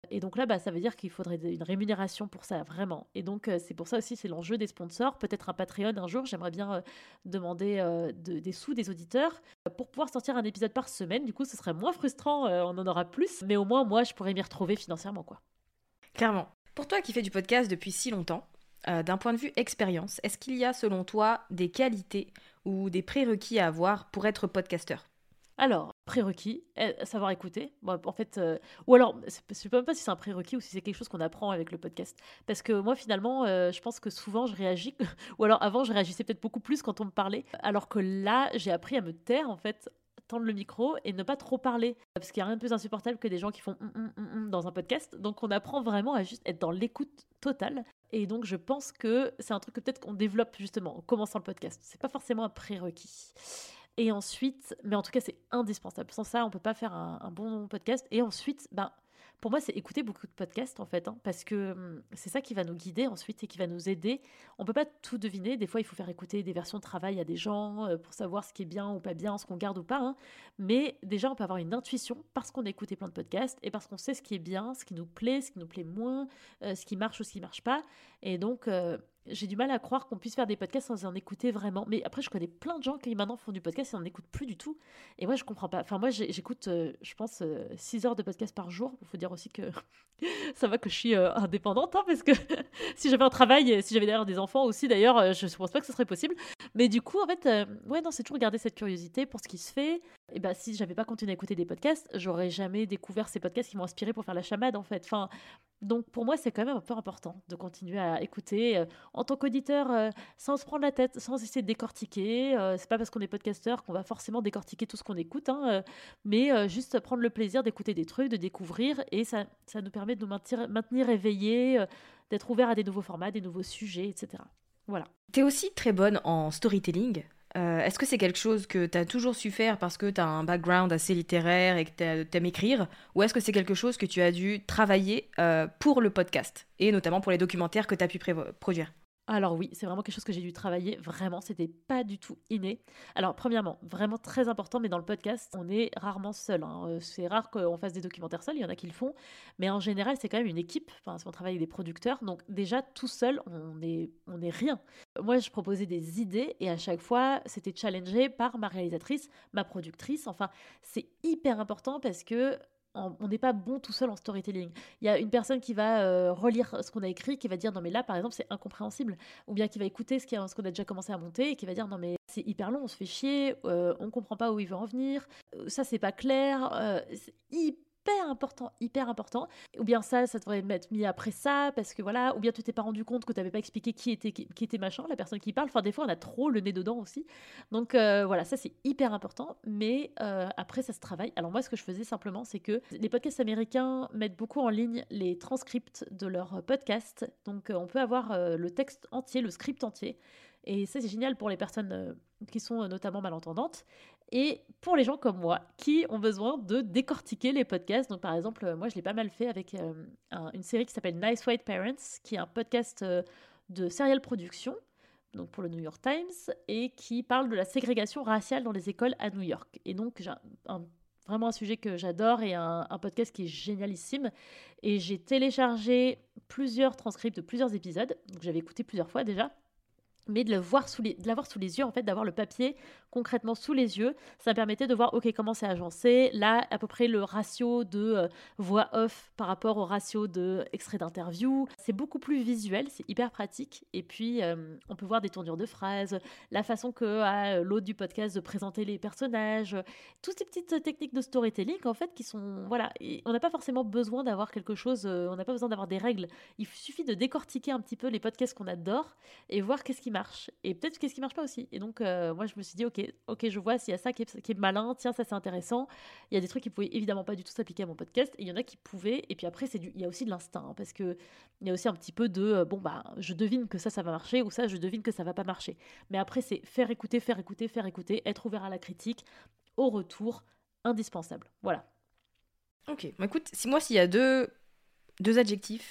Et donc là, bah, ça veut dire qu'il faudrait une rémunération pour ça, vraiment. Et donc, euh, c'est pour ça aussi, c'est l'enjeu des sponsors. Peut-être un Patreon un jour, j'aimerais bien euh, demander euh, de, des sous des auditeurs euh, pour pouvoir sortir un épisode par semaine. Du coup, ce serait moins frustrant, euh, on en aura plus. Mais au moins, moi, je pourrais m'y retrouver financièrement, quoi. Clairement. Pour toi qui fais du podcast depuis si longtemps, euh, d'un point de vue expérience, est-ce qu'il y a, selon toi, des qualités ou des prérequis à avoir pour être podcasteur ? Alors, prérequis, eh, savoir écouter. Bon, en fait, euh, ou alors, c'est- je ne sais même pas si c'est un prérequis ou si c'est quelque chose qu'on apprend avec le podcast. Parce que moi, finalement, euh, je pense que souvent, je réagis. Ou alors, avant, je réagissais peut-être beaucoup plus quand on me parlait. Alors que là, j'ai appris à me taire, en fait, tendre le micro et ne pas trop parler. Parce qu'il n'y a rien de plus insupportable que des gens qui font hum, hum, hum, hum dans un podcast. Donc, on apprend vraiment à juste être dans l'écoute totale. Et donc, je pense que c'est un truc que peut-être qu'on développe justement en commençant le podcast. C'est pas forcément un prérequis. Et ensuite, mais en tout cas, c'est indispensable. Sans ça, on peut pas faire un, un bon podcast. Et ensuite, ben, pour moi, c'est écouter beaucoup de podcasts, en fait, hein, parce que hum, c'est ça qui va nous guider ensuite et qui va nous aider. On peut pas tout deviner. Des fois, il faut faire écouter des versions de travail à des gens euh, pour savoir ce qui est bien ou pas bien, ce qu'on garde ou pas. Hein. Mais déjà, on peut avoir une intuition parce qu'on a écouté plein de podcasts et parce qu'on sait ce qui est bien, ce qui nous plaît, ce qui nous plaît moins, euh, ce qui marche ou ce qui marche pas. Et donc... Euh, j'ai du mal à croire qu'on puisse faire des podcasts sans en écouter vraiment. Mais après, je connais plein de gens qui maintenant font du podcast et n'en écoutent plus du tout. Et moi, je comprends pas. Enfin, moi, j'ai- j'écoute, euh, je pense, euh, six heures de podcast par jour. Il faut dire aussi que ça va que je suis euh, indépendante, hein, parce que si j'avais un travail, et si j'avais d'ailleurs des enfants aussi, d'ailleurs, euh, je ne pense pas que ce serait possible. Mais du coup, en fait, euh, ouais, non, c'est toujours garder cette curiosité pour ce qui se fait. Et ben, si j'avais pas continué à écouter des podcasts, j'aurais jamais découvert ces podcasts qui m'ont inspiré pour faire la chamade, en fait. Enfin, donc, pour moi, c'est quand même un peu important de continuer à écouter euh, en tant qu'auditeur, euh, sans se prendre la tête, sans essayer de décortiquer. Euh, c'est pas parce qu'on est podcasteur qu'on va forcément décortiquer tout ce qu'on écoute, hein, euh, mais euh, juste prendre le plaisir d'écouter des trucs, de découvrir, et ça, ça nous permet de nous maintenir, maintenir éveillés, euh, d'être ouverts à des nouveaux formats, des nouveaux sujets, et cetera. Voilà. T'es aussi très bonne en storytelling. Euh, est-ce que c'est quelque chose que t'as toujours su faire parce que t'as un background assez littéraire et que t'a- t'aimes écrire, ou est-ce que c'est quelque chose que tu as dû travailler euh, pour le podcast, et notamment pour les documentaires que t'as pu prévo- produire ? Alors oui, c'est vraiment quelque chose que j'ai dû travailler, vraiment, c'était pas du tout inné. Alors premièrement, vraiment très important, mais dans le podcast, on est rarement seul, hein. Euh, C'est rare qu'on fasse des documentaires seuls, il y en a qui le font, mais en général, c'est quand même une équipe, enfin, si on travaille avec des producteurs, donc déjà, tout seul, on est, on est rien. Moi, je proposais des idées, et à chaque fois, c'était challengé par ma réalisatrice, ma productrice, enfin, c'est hyper important parce que en- on n'est pas bon tout seul en storytelling. Il y a une personne qui va euh, relire ce qu'on a écrit, qui va dire non mais là par exemple c'est incompréhensible, ou bien qui va écouter ce, qui a- ce qu'on a déjà commencé à monter et qui va dire non mais c'est hyper long, on se fait chier, euh, on comprend pas où il veut en venir, euh, ça c'est pas clair, euh, c'est hyper important, hyper important. Ou bien ça, ça devrait être mis après ça, parce que voilà, ou bien tu t'es pas rendu compte que tu n'avais pas expliqué qui était, qui, qui était machin, la personne qui parle. Enfin des fois on a trop le nez dedans aussi. Donc euh, voilà, ça c'est hyper important, mais euh, après ça se travaille. Alors moi ce que je faisais simplement, c'est que les podcasts américains mettent beaucoup en ligne les transcripts de leurs podcasts, donc euh, on peut avoir euh, le texte entier, le script entier, et ça c'est génial pour les personnes euh, qui sont euh, notamment malentendantes, et pour les gens comme moi qui ont besoin de décortiquer les podcasts. Donc par exemple, euh, moi je l'ai pas mal fait avec euh, un- une série qui s'appelle Nice White Parents, qui est un podcast euh, de serial production, donc pour le New York Times, et qui parle de la ségrégation raciale dans les écoles à New York. Et donc, j'ai un, un- vraiment un sujet que j'adore et un, un podcast qui est génialissime. Et j'ai téléchargé plusieurs transcripts de plusieurs épisodes, donc j'avais écouté plusieurs fois déjà. Mais de, le voir sous les, de l'avoir sous les yeux, en fait, d'avoir le papier concrètement sous les yeux, ça me permettait de voir, ok, comment c'est agencé. Là, à peu près le ratio de euh, voix off par rapport au ratio de extrait d'interview. C'est beaucoup plus visuel, c'est hyper pratique. Et puis, euh, on peut voir des tournures de phrases, la façon que a l'hôte du podcast de présenter les personnages, toutes ces petites techniques de storytelling, en fait, qui sont, voilà, et on n'a pas forcément besoin d'avoir quelque chose, euh, on n'a pas besoin d'avoir des règles. Il suffit de décortiquer un petit peu les podcasts qu'on adore et voir qu'est-ce qui marche. Et peut-être qu'est-ce qui marche pas aussi. Et donc, euh, moi, je me suis dit, ok, ok, je vois s'il y a ça qui est, qui est malin, tiens, ça c'est intéressant. Il y a des trucs qui pouvaient évidemment pas du tout s'appliquer à mon podcast, et il y en a qui pouvaient. Et puis après, c'est du, il y a aussi de l'instinct, hein, parce que il y a aussi un petit peu de, euh, bon bah, je devine que ça, ça va marcher, ou ça, je devine que ça va pas marcher. Mais après, c'est faire écouter, faire écouter, faire écouter, être ouvert à la critique, au retour, indispensable. Voilà. Ok, bah écoute, si moi s'il y a deux, deux adjectifs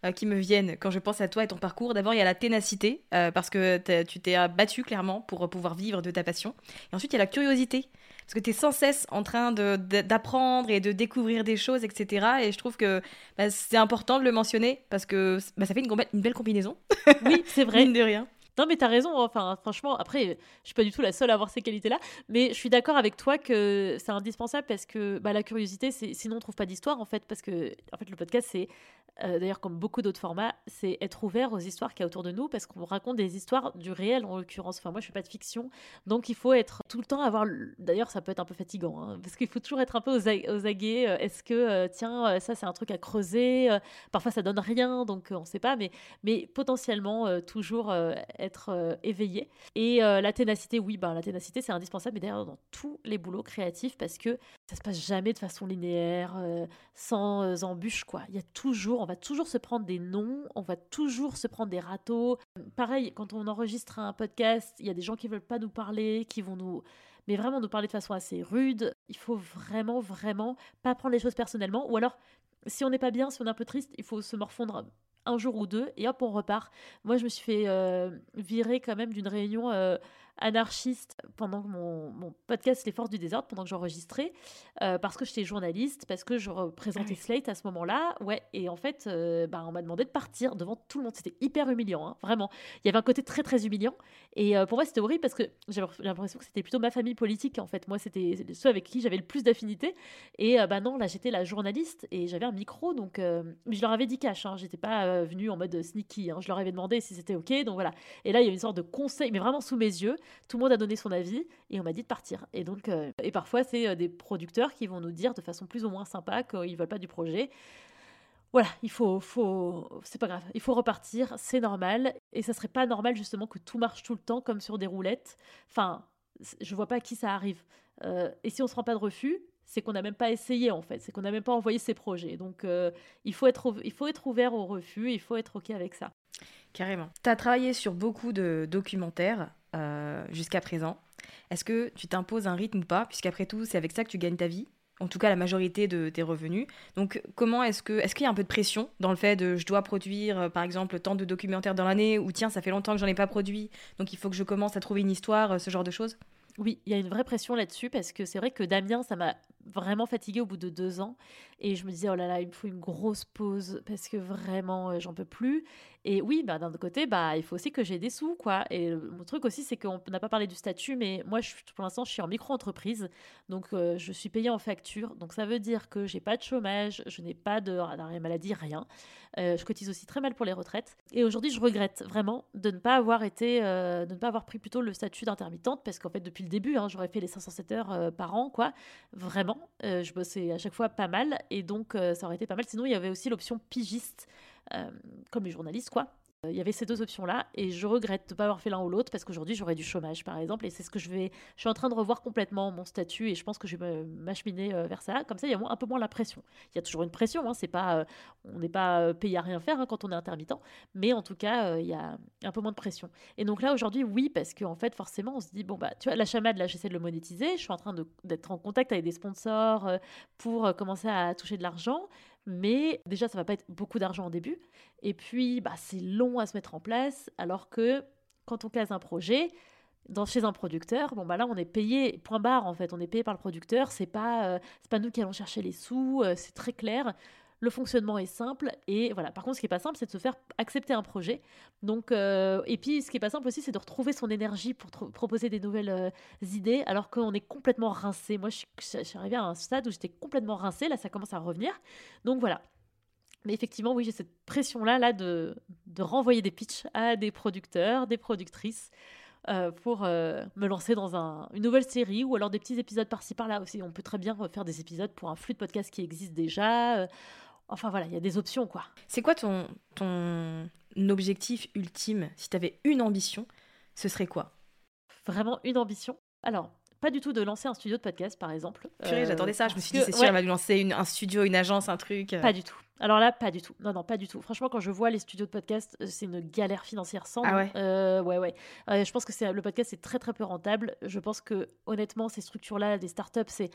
euh, qui me viennent quand je pense à toi et ton parcours. D'abord, il y a la ténacité, euh, parce que tu t'es battu clairement pour pouvoir vivre de ta passion. Et ensuite, il y a la curiosité, parce que tu es sans cesse en train de, de, d'apprendre et de découvrir des choses, et cetera. Et je trouve que bah, c'est important de le mentionner, parce que bah, ça fait une, une belle combinaison. Oui, c'est vrai. Mine de rien. Non, mais t'as raison. Enfin, franchement, après, je suis pas du tout la seule à avoir ces qualités-là, mais je suis d'accord avec toi que c'est indispensable parce que bah, la curiosité, c'est... sinon on trouve pas d'histoire en fait, parce que en fait le podcast, c'est euh, d'ailleurs comme beaucoup d'autres formats, c'est être ouvert aux histoires qu'il y a autour de nous, parce qu'on raconte des histoires du réel en l'occurrence. Enfin, moi, je fais pas de fiction, donc il faut être tout le temps avoir. Le... D'ailleurs, ça peut être un peu fatigant, hein, parce qu'il faut toujours être un peu aux, ag- aux aguets. Euh, Est-ce que euh, tiens, euh, ça c'est un truc à creuser. Euh, Parfois, ça donne rien, donc euh, on sait pas, mais mais potentiellement euh, toujours euh, être euh, éveillé. Et euh, la ténacité, oui, ben, la ténacité, c'est indispensable, mais d'ailleurs dans tous les boulots créatifs, parce que ça se passe jamais de façon linéaire, euh, sans euh, embûches, quoi. Il y a toujours, on va toujours se prendre des noms, on va toujours se prendre des râteaux. Pareil, quand on enregistre un podcast, il y a des gens qui veulent pas nous parler, qui vont nous... mais vraiment nous parler de façon assez rude. Il faut vraiment, vraiment pas prendre les choses personnellement, ou alors, si on n'est pas bien, si on est un peu triste, il faut se morfondre un jour ou deux, et hop, on repart. Moi, je me suis fait euh, virer quand même d'une réunion euh, anarchiste pendant que mon, mon podcast Les Forces du Désordre, pendant que j'enregistrais, euh, parce que j'étais journaliste, parce que je représentais Ah oui. Slate à ce moment-là, ouais, et en fait, euh, bah, on m'a demandé de partir devant tout le monde. C'était hyper humiliant, hein, vraiment. Il y avait un côté très, très humiliant, et euh, pour moi, c'était horrible, parce que j'avais l'impression que c'était plutôt ma famille politique, en fait. Moi, c'était ceux avec qui j'avais le plus d'affinité, et euh, bah non, là, j'étais la journaliste, et j'avais un micro, donc... Euh, mais je leur avais dit cash, hein, j'étais pas euh, venue en mode sneaky, hein, je leur avais demandé si c'était ok, donc voilà. Et là, il y a une sorte de conseil, mais vraiment sous mes yeux, tout le monde a donné son avis, et on m'a dit de partir. Et donc, euh, et parfois, c'est euh, des producteurs qui vont nous dire de façon plus ou moins sympa qu'ils veulent pas du projet. Voilà, il faut, faut, c'est pas grave, il faut repartir, c'est normal, et ça serait pas normal justement que tout marche tout le temps comme sur des roulettes. Enfin, c- je vois pas à qui ça arrive. Euh, et si on se rend pas de refus, c'est qu'on n'a même pas essayé en fait, c'est qu'on n'a même pas envoyé ses projets. Donc euh, il faut être, ouv- il faut être ouvert au refus, il faut être ok avec ça. Carrément. Tu as travaillé sur beaucoup de documentaires euh, jusqu'à présent. Est-ce que tu t'imposes un rythme ou pas? Puisqu'après tout, c'est avec ça que tu gagnes ta vie. En tout cas, la majorité de tes revenus. Donc, comment est-ce que... Est-ce qu'il y a un peu de pression dans le fait de je dois produire, euh, par exemple, tant de documentaires dans l'année, ou tiens, ça fait longtemps que j'en ai pas produit, donc il faut que je commence à trouver une histoire, euh, ce genre de choses? Oui, il y a une vraie pression là-dessus parce que c'est vrai que Damien, ça m'a vraiment fatiguée au bout de deux ans. Et je me disais, oh là là, il me faut une grosse pause parce que vraiment, euh, j'en peux plus. Et oui, bah, d'un autre côté, bah, il faut aussi que j'ai des sous, quoi. Et le- mon truc aussi, c'est qu'on n'a pas parlé du statut, mais moi, je, suis- pour l'instant, je suis en micro-entreprise. Donc, euh, je suis payée en facture. Donc, ça veut dire que j'ai pas de chômage, je n'ai pas de- d'arrêt maladie, rien. Euh, je cotise aussi très mal pour les retraites. Et aujourd'hui, je regrette vraiment de ne pas avoir été, euh, de ne pas avoir pris plutôt le statut d'intermittente, parce qu'en fait, depuis le début, hein, j'aurais fait les cinq cent sept heures euh, par an, quoi. Vraiment, euh, je bossais à chaque fois pas mal, et donc euh, ça aurait été pas mal. Sinon, il y avait aussi l'option pigiste, euh, comme les journalistes, quoi. Euh, Il y avait ces deux options-là, et je regrette de ne pas avoir fait l'un ou l'autre, parce qu'aujourd'hui, j'aurais du chômage, par exemple, et c'est ce que je vais... Je suis en train de revoir complètement mon statut, et je pense que je vais me- m'acheminer euh, vers ça. Comme ça, il y a moins- un peu moins la pression. Il y a toujours une pression, hein, c'est pas, euh, on n'est pas euh, payé à rien faire hein, quand on est intermittent, mais en tout cas, euh, il y a un peu moins de pression. Et donc là, aujourd'hui, oui, parce qu'en fait, forcément, on se dit, bon, bah, tu vois, la chamade, là, j'essaie de le monétiser, je suis en train de- d'être en contact avec des sponsors euh, pour euh, commencer à toucher de l'argent, mais déjà, ça va pas être beaucoup d'argent au début, et puis, bah, c'est long à se mettre en place, alors que quand on case un projet, dans, chez un producteur, bon bah là on est payé, point barre en fait, on est payé par le producteur, c'est pas, euh, c'est pas nous qui allons chercher les sous, euh, c'est très clair, le fonctionnement est simple, et voilà. Par contre, ce qui est pas simple, c'est de se faire accepter un projet. Donc, euh, et puis ce qui est pas simple aussi, c'est de retrouver son énergie pour tro- proposer des nouvelles euh, idées, alors qu'on est complètement rincé. Moi, je suis, je suis arrivée à un stade où j'étais complètement rincée, là ça commence à revenir. Donc voilà. Mais effectivement, oui, j'ai cette pression-là là, de, de renvoyer des pitchs à des producteurs, des productrices, euh, pour euh, me lancer dans un- une nouvelle série, ou alors des petits épisodes par-ci par-là aussi. On peut très bien faire des épisodes pour un flux de podcasts qui existe déjà. euh, Enfin voilà, il y a des options, quoi. C'est quoi ton, ton objectif ultime? Si tu avais une ambition, ce serait quoi? Vraiment une ambition. Alors, pas du tout de lancer un studio de podcast, par exemple. Purée, euh, j'attendais ça. Je me parce suis dit, que- c'est sûr, ouais, elle va lui lancer une- un studio, une agence, un truc. euh. pas du tout. Alors là, pas du tout. Non, non, pas du tout. Franchement, quand je vois les studios de podcast, euh, c'est une galère financière sans Ah nom. ouais Euh, ouais, ouais. Euh, je pense que c'est, le podcast, c'est très, très peu rentable. Je pense que, honnêtement, ces structures-là, des startups, c'est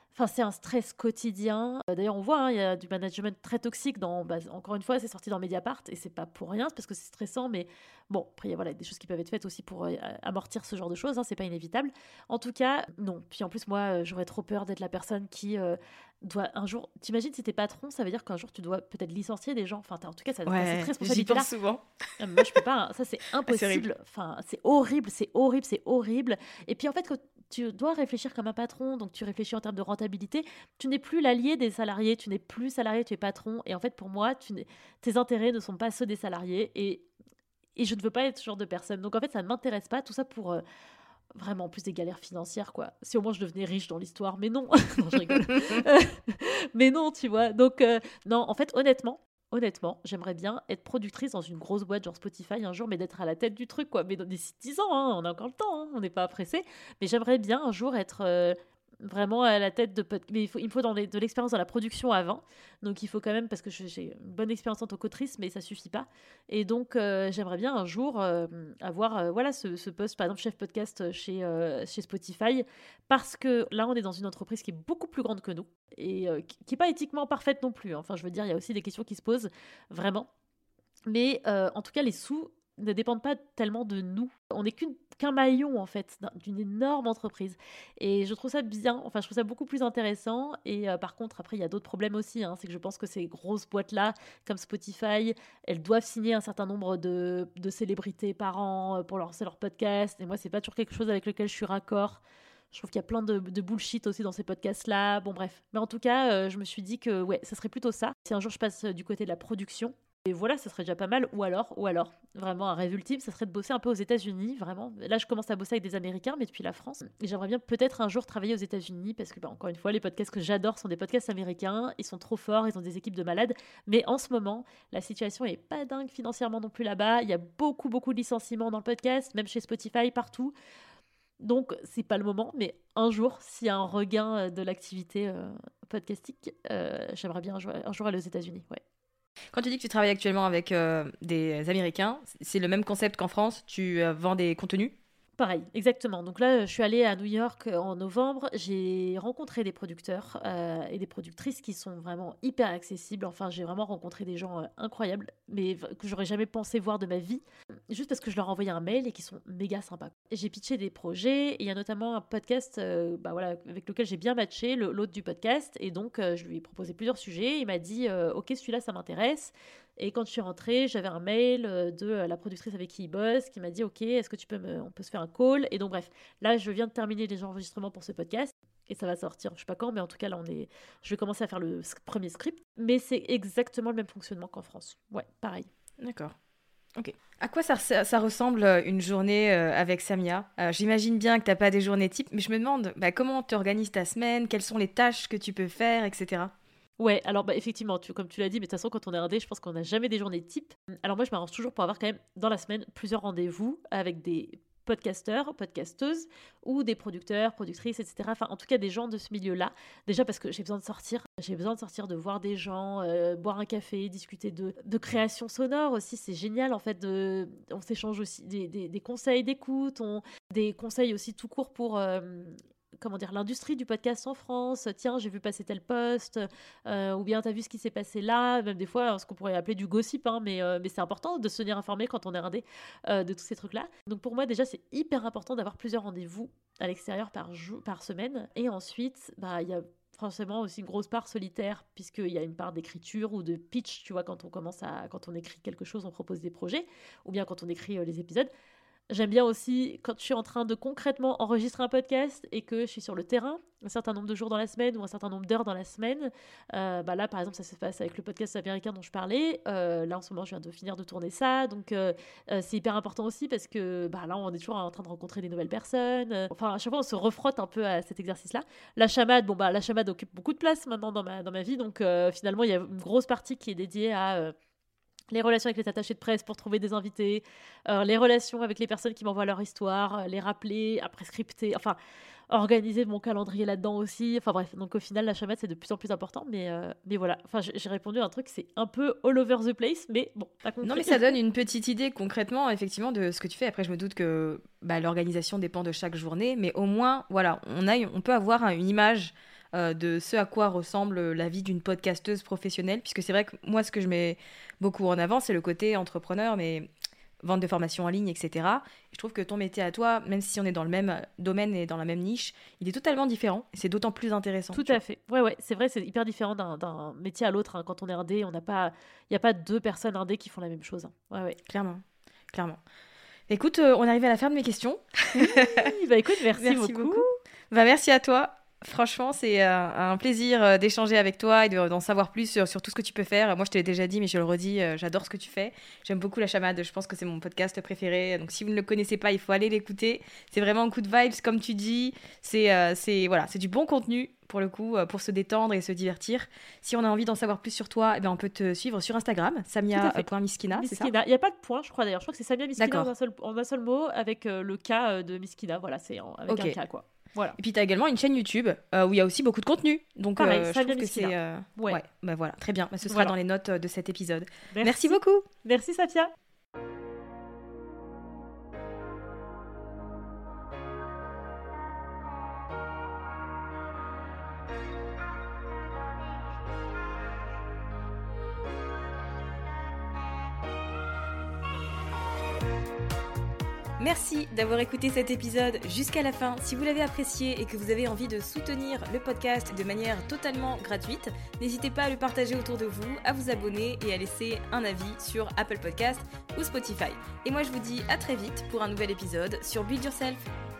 Enfin, c'est un stress quotidien. Euh, D'ailleurs, on voit, hein, il y a du management très toxique. Dans, bah, encore une fois, c'est sorti dans Mediapart et c'est pas pour rien, c'est parce que c'est stressant. Mais bon, après, il y a voilà, des choses qui peuvent être faites aussi pour euh, amortir ce genre de choses. Hein, c'est pas inévitable. En tout cas, non. Puis en plus, moi, euh, j'aurais trop peur d'être la personne qui euh, doit un jour. T'imagines si t'es patron, ça veut dire qu'un jour tu dois peut-être licencier des gens. Enfin, t'as- en tout cas, ça, t'as cette Ouais, j'y responsabilité-là. pense souvent. Euh, Moi, je peux pas. Hein. Ça, c'est Ah, c'est horrible. impossible. Enfin, c'est horrible, c'est horrible, c'est horrible. Et puis, en fait, quand tu dois réfléchir comme un patron, donc tu réfléchis en termes de rentabilité, tu n'es plus l'allié des salariés, tu n'es plus salarié, tu es patron. Et en fait, pour moi, tu n'es- tes intérêts ne sont pas ceux des salariés. Et, et je ne veux pas être ce genre de personne. Donc, en fait, ça ne m'intéresse pas. Tout ça pour euh, vraiment plus des galères financières, quoi. Si au moins je devenais riche dans l'histoire. Mais non, non, je rigole. Mais non, tu vois. Donc, euh, non, en fait, honnêtement, honnêtement, j'aimerais bien être productrice dans une grosse boîte genre Spotify un jour, mais d'être à la tête du truc, quoi. Mais dans d'ici dix ans, hein, on a encore le temps, hein, on n'est pas pressé. Mais j'aimerais bien un jour être euh, vraiment à la tête de... pod- Mais il faut, il me faut dans les- de l'expérience dans la production avant. Donc il faut quand même, parce que je- j'ai une bonne expérience en tant qu'autrice, mais ça suffit pas. Et donc euh, j'aimerais bien un jour euh, avoir euh, voilà, ce, ce poste, par exemple chef podcast chez, euh, chez Spotify, parce que là on est dans une entreprise qui est beaucoup plus grande que nous et euh, qui n'est pas éthiquement parfaite non plus. Hein. Enfin je veux dire, il y a aussi des questions qui se posent vraiment. Mais euh, en tout cas, les sous ne dépendent pas tellement de nous. On n'est qu'une- qu'un maillon, en fait, d'un- d'une énorme entreprise. Et je trouve ça bien, enfin, je trouve ça beaucoup plus intéressant. Et euh, par contre, après, il y a d'autres problèmes aussi. Hein. C'est que je pense que ces grosses boîtes-là, comme Spotify, elles doivent signer un certain nombre de, de célébrités par an euh, pour lancer leur podcast. Et moi, c'est pas toujours quelque chose avec lequel je suis raccord. Je trouve qu'il y a plein de, de bullshit aussi dans ces podcasts-là. Bon, bref. Mais en tout cas, euh, je me suis dit que, ouais, ça serait plutôt ça. Si un jour je passe euh, du côté de la production, et voilà, ça serait déjà pas mal. Ou alors, ou alors, vraiment un rêve ultime, ça serait de bosser un peu aux États-Unis, vraiment. Là, je commence à bosser avec des Américains, mais depuis la France. Et j'aimerais bien peut-être un jour travailler aux États-Unis, parce que, bah, encore une fois, les podcasts que j'adore sont des podcasts américains. Ils sont trop forts, ils ont des équipes de malades. Mais en ce moment, la situation est pas dingue financièrement non plus là-bas. Il y a beaucoup, beaucoup de licenciements dans le podcast, même chez Spotify, partout. Donc, c'est pas le moment, mais un jour, s'il y a un regain euh, de l'activité euh, podcastique, euh, j'aimerais bien un jour, un jour aller aux États-Unis. Ouais. Quand tu dis que tu travailles actuellement avec euh, des Américains, c'est le même concept qu'en France, tu euh, vends des contenus? Pareil, exactement. Donc là, je suis allée à New York euh, en novembre. J'ai rencontré des producteurs euh, et des productrices qui sont vraiment hyper accessibles. Enfin, j'ai vraiment rencontré des gens euh, incroyables, mais v- que j'aurais jamais pensé voir de ma vie, juste parce que je leur ai envoyé un mail et qui sont méga sympas. Et j'ai pitché des projets. Et il y a notamment un podcast euh, bah voilà, avec lequel j'ai bien matché, le- l'hôte du podcast. Et donc, euh, je lui ai proposé plusieurs sujets. Il m'a dit euh, Ok, celui-là, ça m'intéresse. Et quand je suis rentrée, j'avais un mail euh, de euh, la productrice avec qui il bosse qui m'a dit Ok, est-ce que tu peux me... on peut se faire un call? Et donc, bref, là, je viens de terminer les enregistrements pour ce podcast. Et ça va sortir, je sais pas quand, mais en tout cas, là, on est... je vais commencer à faire le sc- premier script. Mais c'est exactement le même fonctionnement qu'en France. Ouais, pareil. D'accord. Ok. À quoi ça, ça, ça ressemble euh, une journée euh, avec Samia? Euh, J'imagine bien que tu n'as pas des journées types, mais je me demande bah, comment tu organises ta semaine, quelles sont les tâches que tu peux faire, et cetera. Ouais, alors bah, effectivement, tu, comme tu l'as dit, mais de toute façon, quand on est indé, je pense qu'on n'a jamais des journées types. Alors moi, je m'arrange toujours pour avoir quand même dans la semaine plusieurs rendez-vous avec des podcasteurs, podcasteuses ou des producteurs, productrices, et cetera. Enfin, en tout cas, des gens de ce milieu-là. Déjà parce que j'ai besoin de sortir. J'ai besoin de sortir, de voir des gens, euh, boire un café, discuter de, de création sonore aussi. C'est génial, en fait. De, on s'échange aussi des, des, des conseils d'écoute, on, des conseils aussi tout court pour... euh, comment dire, l'industrie du podcast en France. Tiens, j'ai vu passer tel post, euh, ou bien t'as vu ce qui s'est passé là, même des fois ce qu'on pourrait appeler du gossip, hein, mais, euh, mais c'est important de se tenir informé quand on est indé euh, de tous ces trucs-là. Donc pour moi déjà c'est hyper important d'avoir plusieurs rendez-vous à l'extérieur par, jou- par semaine. Et ensuite, bah, il y a forcément aussi une grosse part solitaire, puisqu'il y a une part d'écriture ou de pitch, tu vois, quand on commence à, quand on écrit quelque chose, on propose des projets, ou bien quand on écrit euh, les épisodes. J'aime bien aussi quand je suis en train de concrètement enregistrer un podcast et que je suis sur le terrain, un certain nombre de jours dans la semaine ou un certain nombre d'heures dans la semaine. Euh, bah là, par exemple, ça se passe avec le podcast américain dont je parlais. Euh, là, en ce moment, je viens de finir de tourner ça. Donc, euh, euh, c'est hyper important aussi parce que bah, là, on est toujours en train de rencontrer des nouvelles personnes. Euh, enfin, à chaque fois, on se refrotte un peu à cet exercice-là. La chamade, bon, bah, la chamade occupe beaucoup de place maintenant dans ma, dans ma vie. Donc, euh, finalement, il y a une grosse partie qui est dédiée à... Euh, les relations avec les attachés de presse pour trouver des invités, euh, les relations avec les personnes qui m'envoient leur histoire, euh, les rappeler, après scripter, enfin, organiser mon calendrier là-dedans aussi. Enfin bref, donc au final, la chamade, c'est de plus en plus important. Mais, euh, mais voilà, enfin, j'ai j'ai répondu à un truc, c'est un peu all over the place, mais bon, pas concret. Non, mais ça donne une petite idée concrètement, effectivement, de ce que tu fais. Après, je me doute que bah, l'organisation dépend de chaque journée, mais au moins, voilà, on, a, on peut avoir un- une image euh, de ce à quoi ressemble la vie d'une podcasteuse professionnelle, puisque c'est vrai que moi, ce que je mets beaucoup en avant, c'est le côté entrepreneur, mais vente de formation en ligne, et cetera. Je trouve que ton métier à toi, même si on est dans le même domaine et dans la même niche, il est totalement différent et c'est d'autant plus intéressant. Tout à fait. Ouais, ouais, c'est vrai, c'est hyper différent d'un, d'un métier à l'autre. Hein. Quand on est indé, on n'a pas, il n'y a pas deux personnes indé qui font la même chose. Hein. Ouais, ouais. Clairement, clairement. Écoute, euh, on arrive à la fin de mes questions. Oui, bah écoute, merci, merci beaucoup. beaucoup. Bah, merci à toi. Franchement, c'est euh, un plaisir euh, d'échanger avec toi et de, d'en savoir plus sur, sur tout ce que tu peux faire. Moi, je te l'ai déjà dit, mais je le redis, euh, j'adore ce que tu fais. J'aime beaucoup La Chamade, je pense que c'est mon podcast préféré. Donc, si vous ne le connaissez pas, il faut aller l'écouter. C'est vraiment un coup de vibes, comme tu dis. C'est, euh, c'est, voilà, c'est du bon contenu, pour le coup, euh, pour se détendre et se divertir. Si on a envie d'en savoir plus sur toi, eh ben, on peut te suivre sur Instagram, samia point miskina, c'est ça ? Il n'y a pas de point, je crois d'ailleurs. Je crois que c'est Samia Miskina D'accord. en un seul, en un seul mot, avec euh, le K euh, de Miskina. Voilà, c'est en, avec Ok. un K, quoi. Voilà. Et puis, tu as également une chaîne YouTube euh, où il y a aussi beaucoup de contenu. Donc, Pareil, euh, je Samia trouve que Miskina. c'est... euh, Ouais. ouais, bah voilà, très bien. Bah, ce sera Voilà. dans les notes euh, de cet épisode. Merci, Merci beaucoup. Merci, Safia. Merci d'avoir écouté cet épisode jusqu'à la fin. Si vous l'avez apprécié et que vous avez envie de soutenir le podcast de manière totalement gratuite, n'hésitez pas à le partager autour de vous, à vous abonner et à laisser un avis sur Apple Podcast ou Spotify. Et moi, je vous dis à très vite pour un nouvel épisode sur Build Yourself.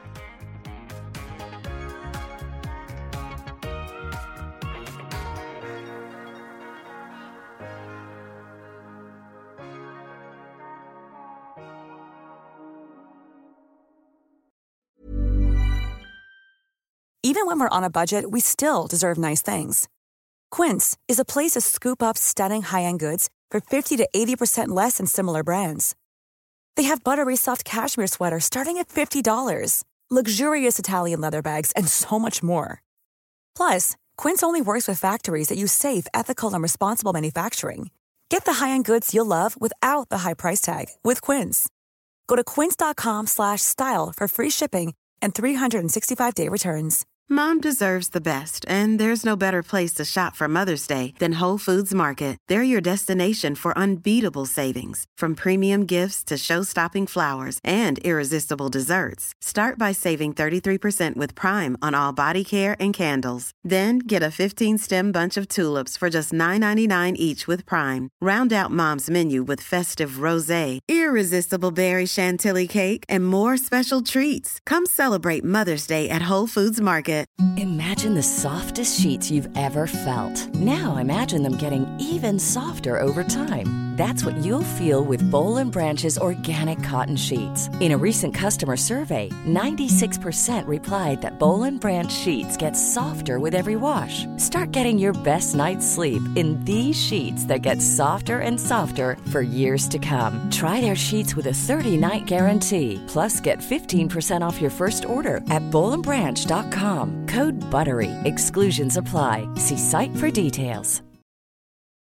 Even when we're on a budget, we still deserve nice things. Quince is a place to scoop up stunning high-end goods for fifty to eighty percent less than similar brands. They have buttery soft cashmere sweaters starting at fifty dollars, luxurious Italian leather bags, and so much more. Plus, Quince only works with factories that use safe, ethical, and responsible manufacturing. Get the high-end goods you'll love without the high price tag with Quince. Go to quince.com slash style for free shipping and three sixty-five day returns. Mom deserves the best, and there's no better place to shop for Mother's Day than Whole Foods Market. They're your destination for unbeatable savings, from premium gifts to show-stopping flowers and irresistible desserts. Start by saving thirty-three percent with Prime on all body care and candles. Then get a fifteen-stem bunch of tulips for just nine ninety-nine each with Prime. Round out Mom's menu with festive rosé, irresistible berry chantilly cake, and more special treats. Come celebrate Mother's Day at Whole Foods Market. Imagine the softest sheets you've ever felt. Now imagine them getting even softer over time. That's what you'll feel with Boll and Branch's organic cotton sheets. In a recent customer survey, ninety-six percent replied that Boll and Branch sheets get softer with every wash. Start getting your best night's sleep in these sheets that get softer and softer for years to come. Try their sheets with a thirty-night guarantee. Plus, get fifteen percent off your first order at boll and branch dot com. Code BUTTERY. Exclusions apply. See site for details.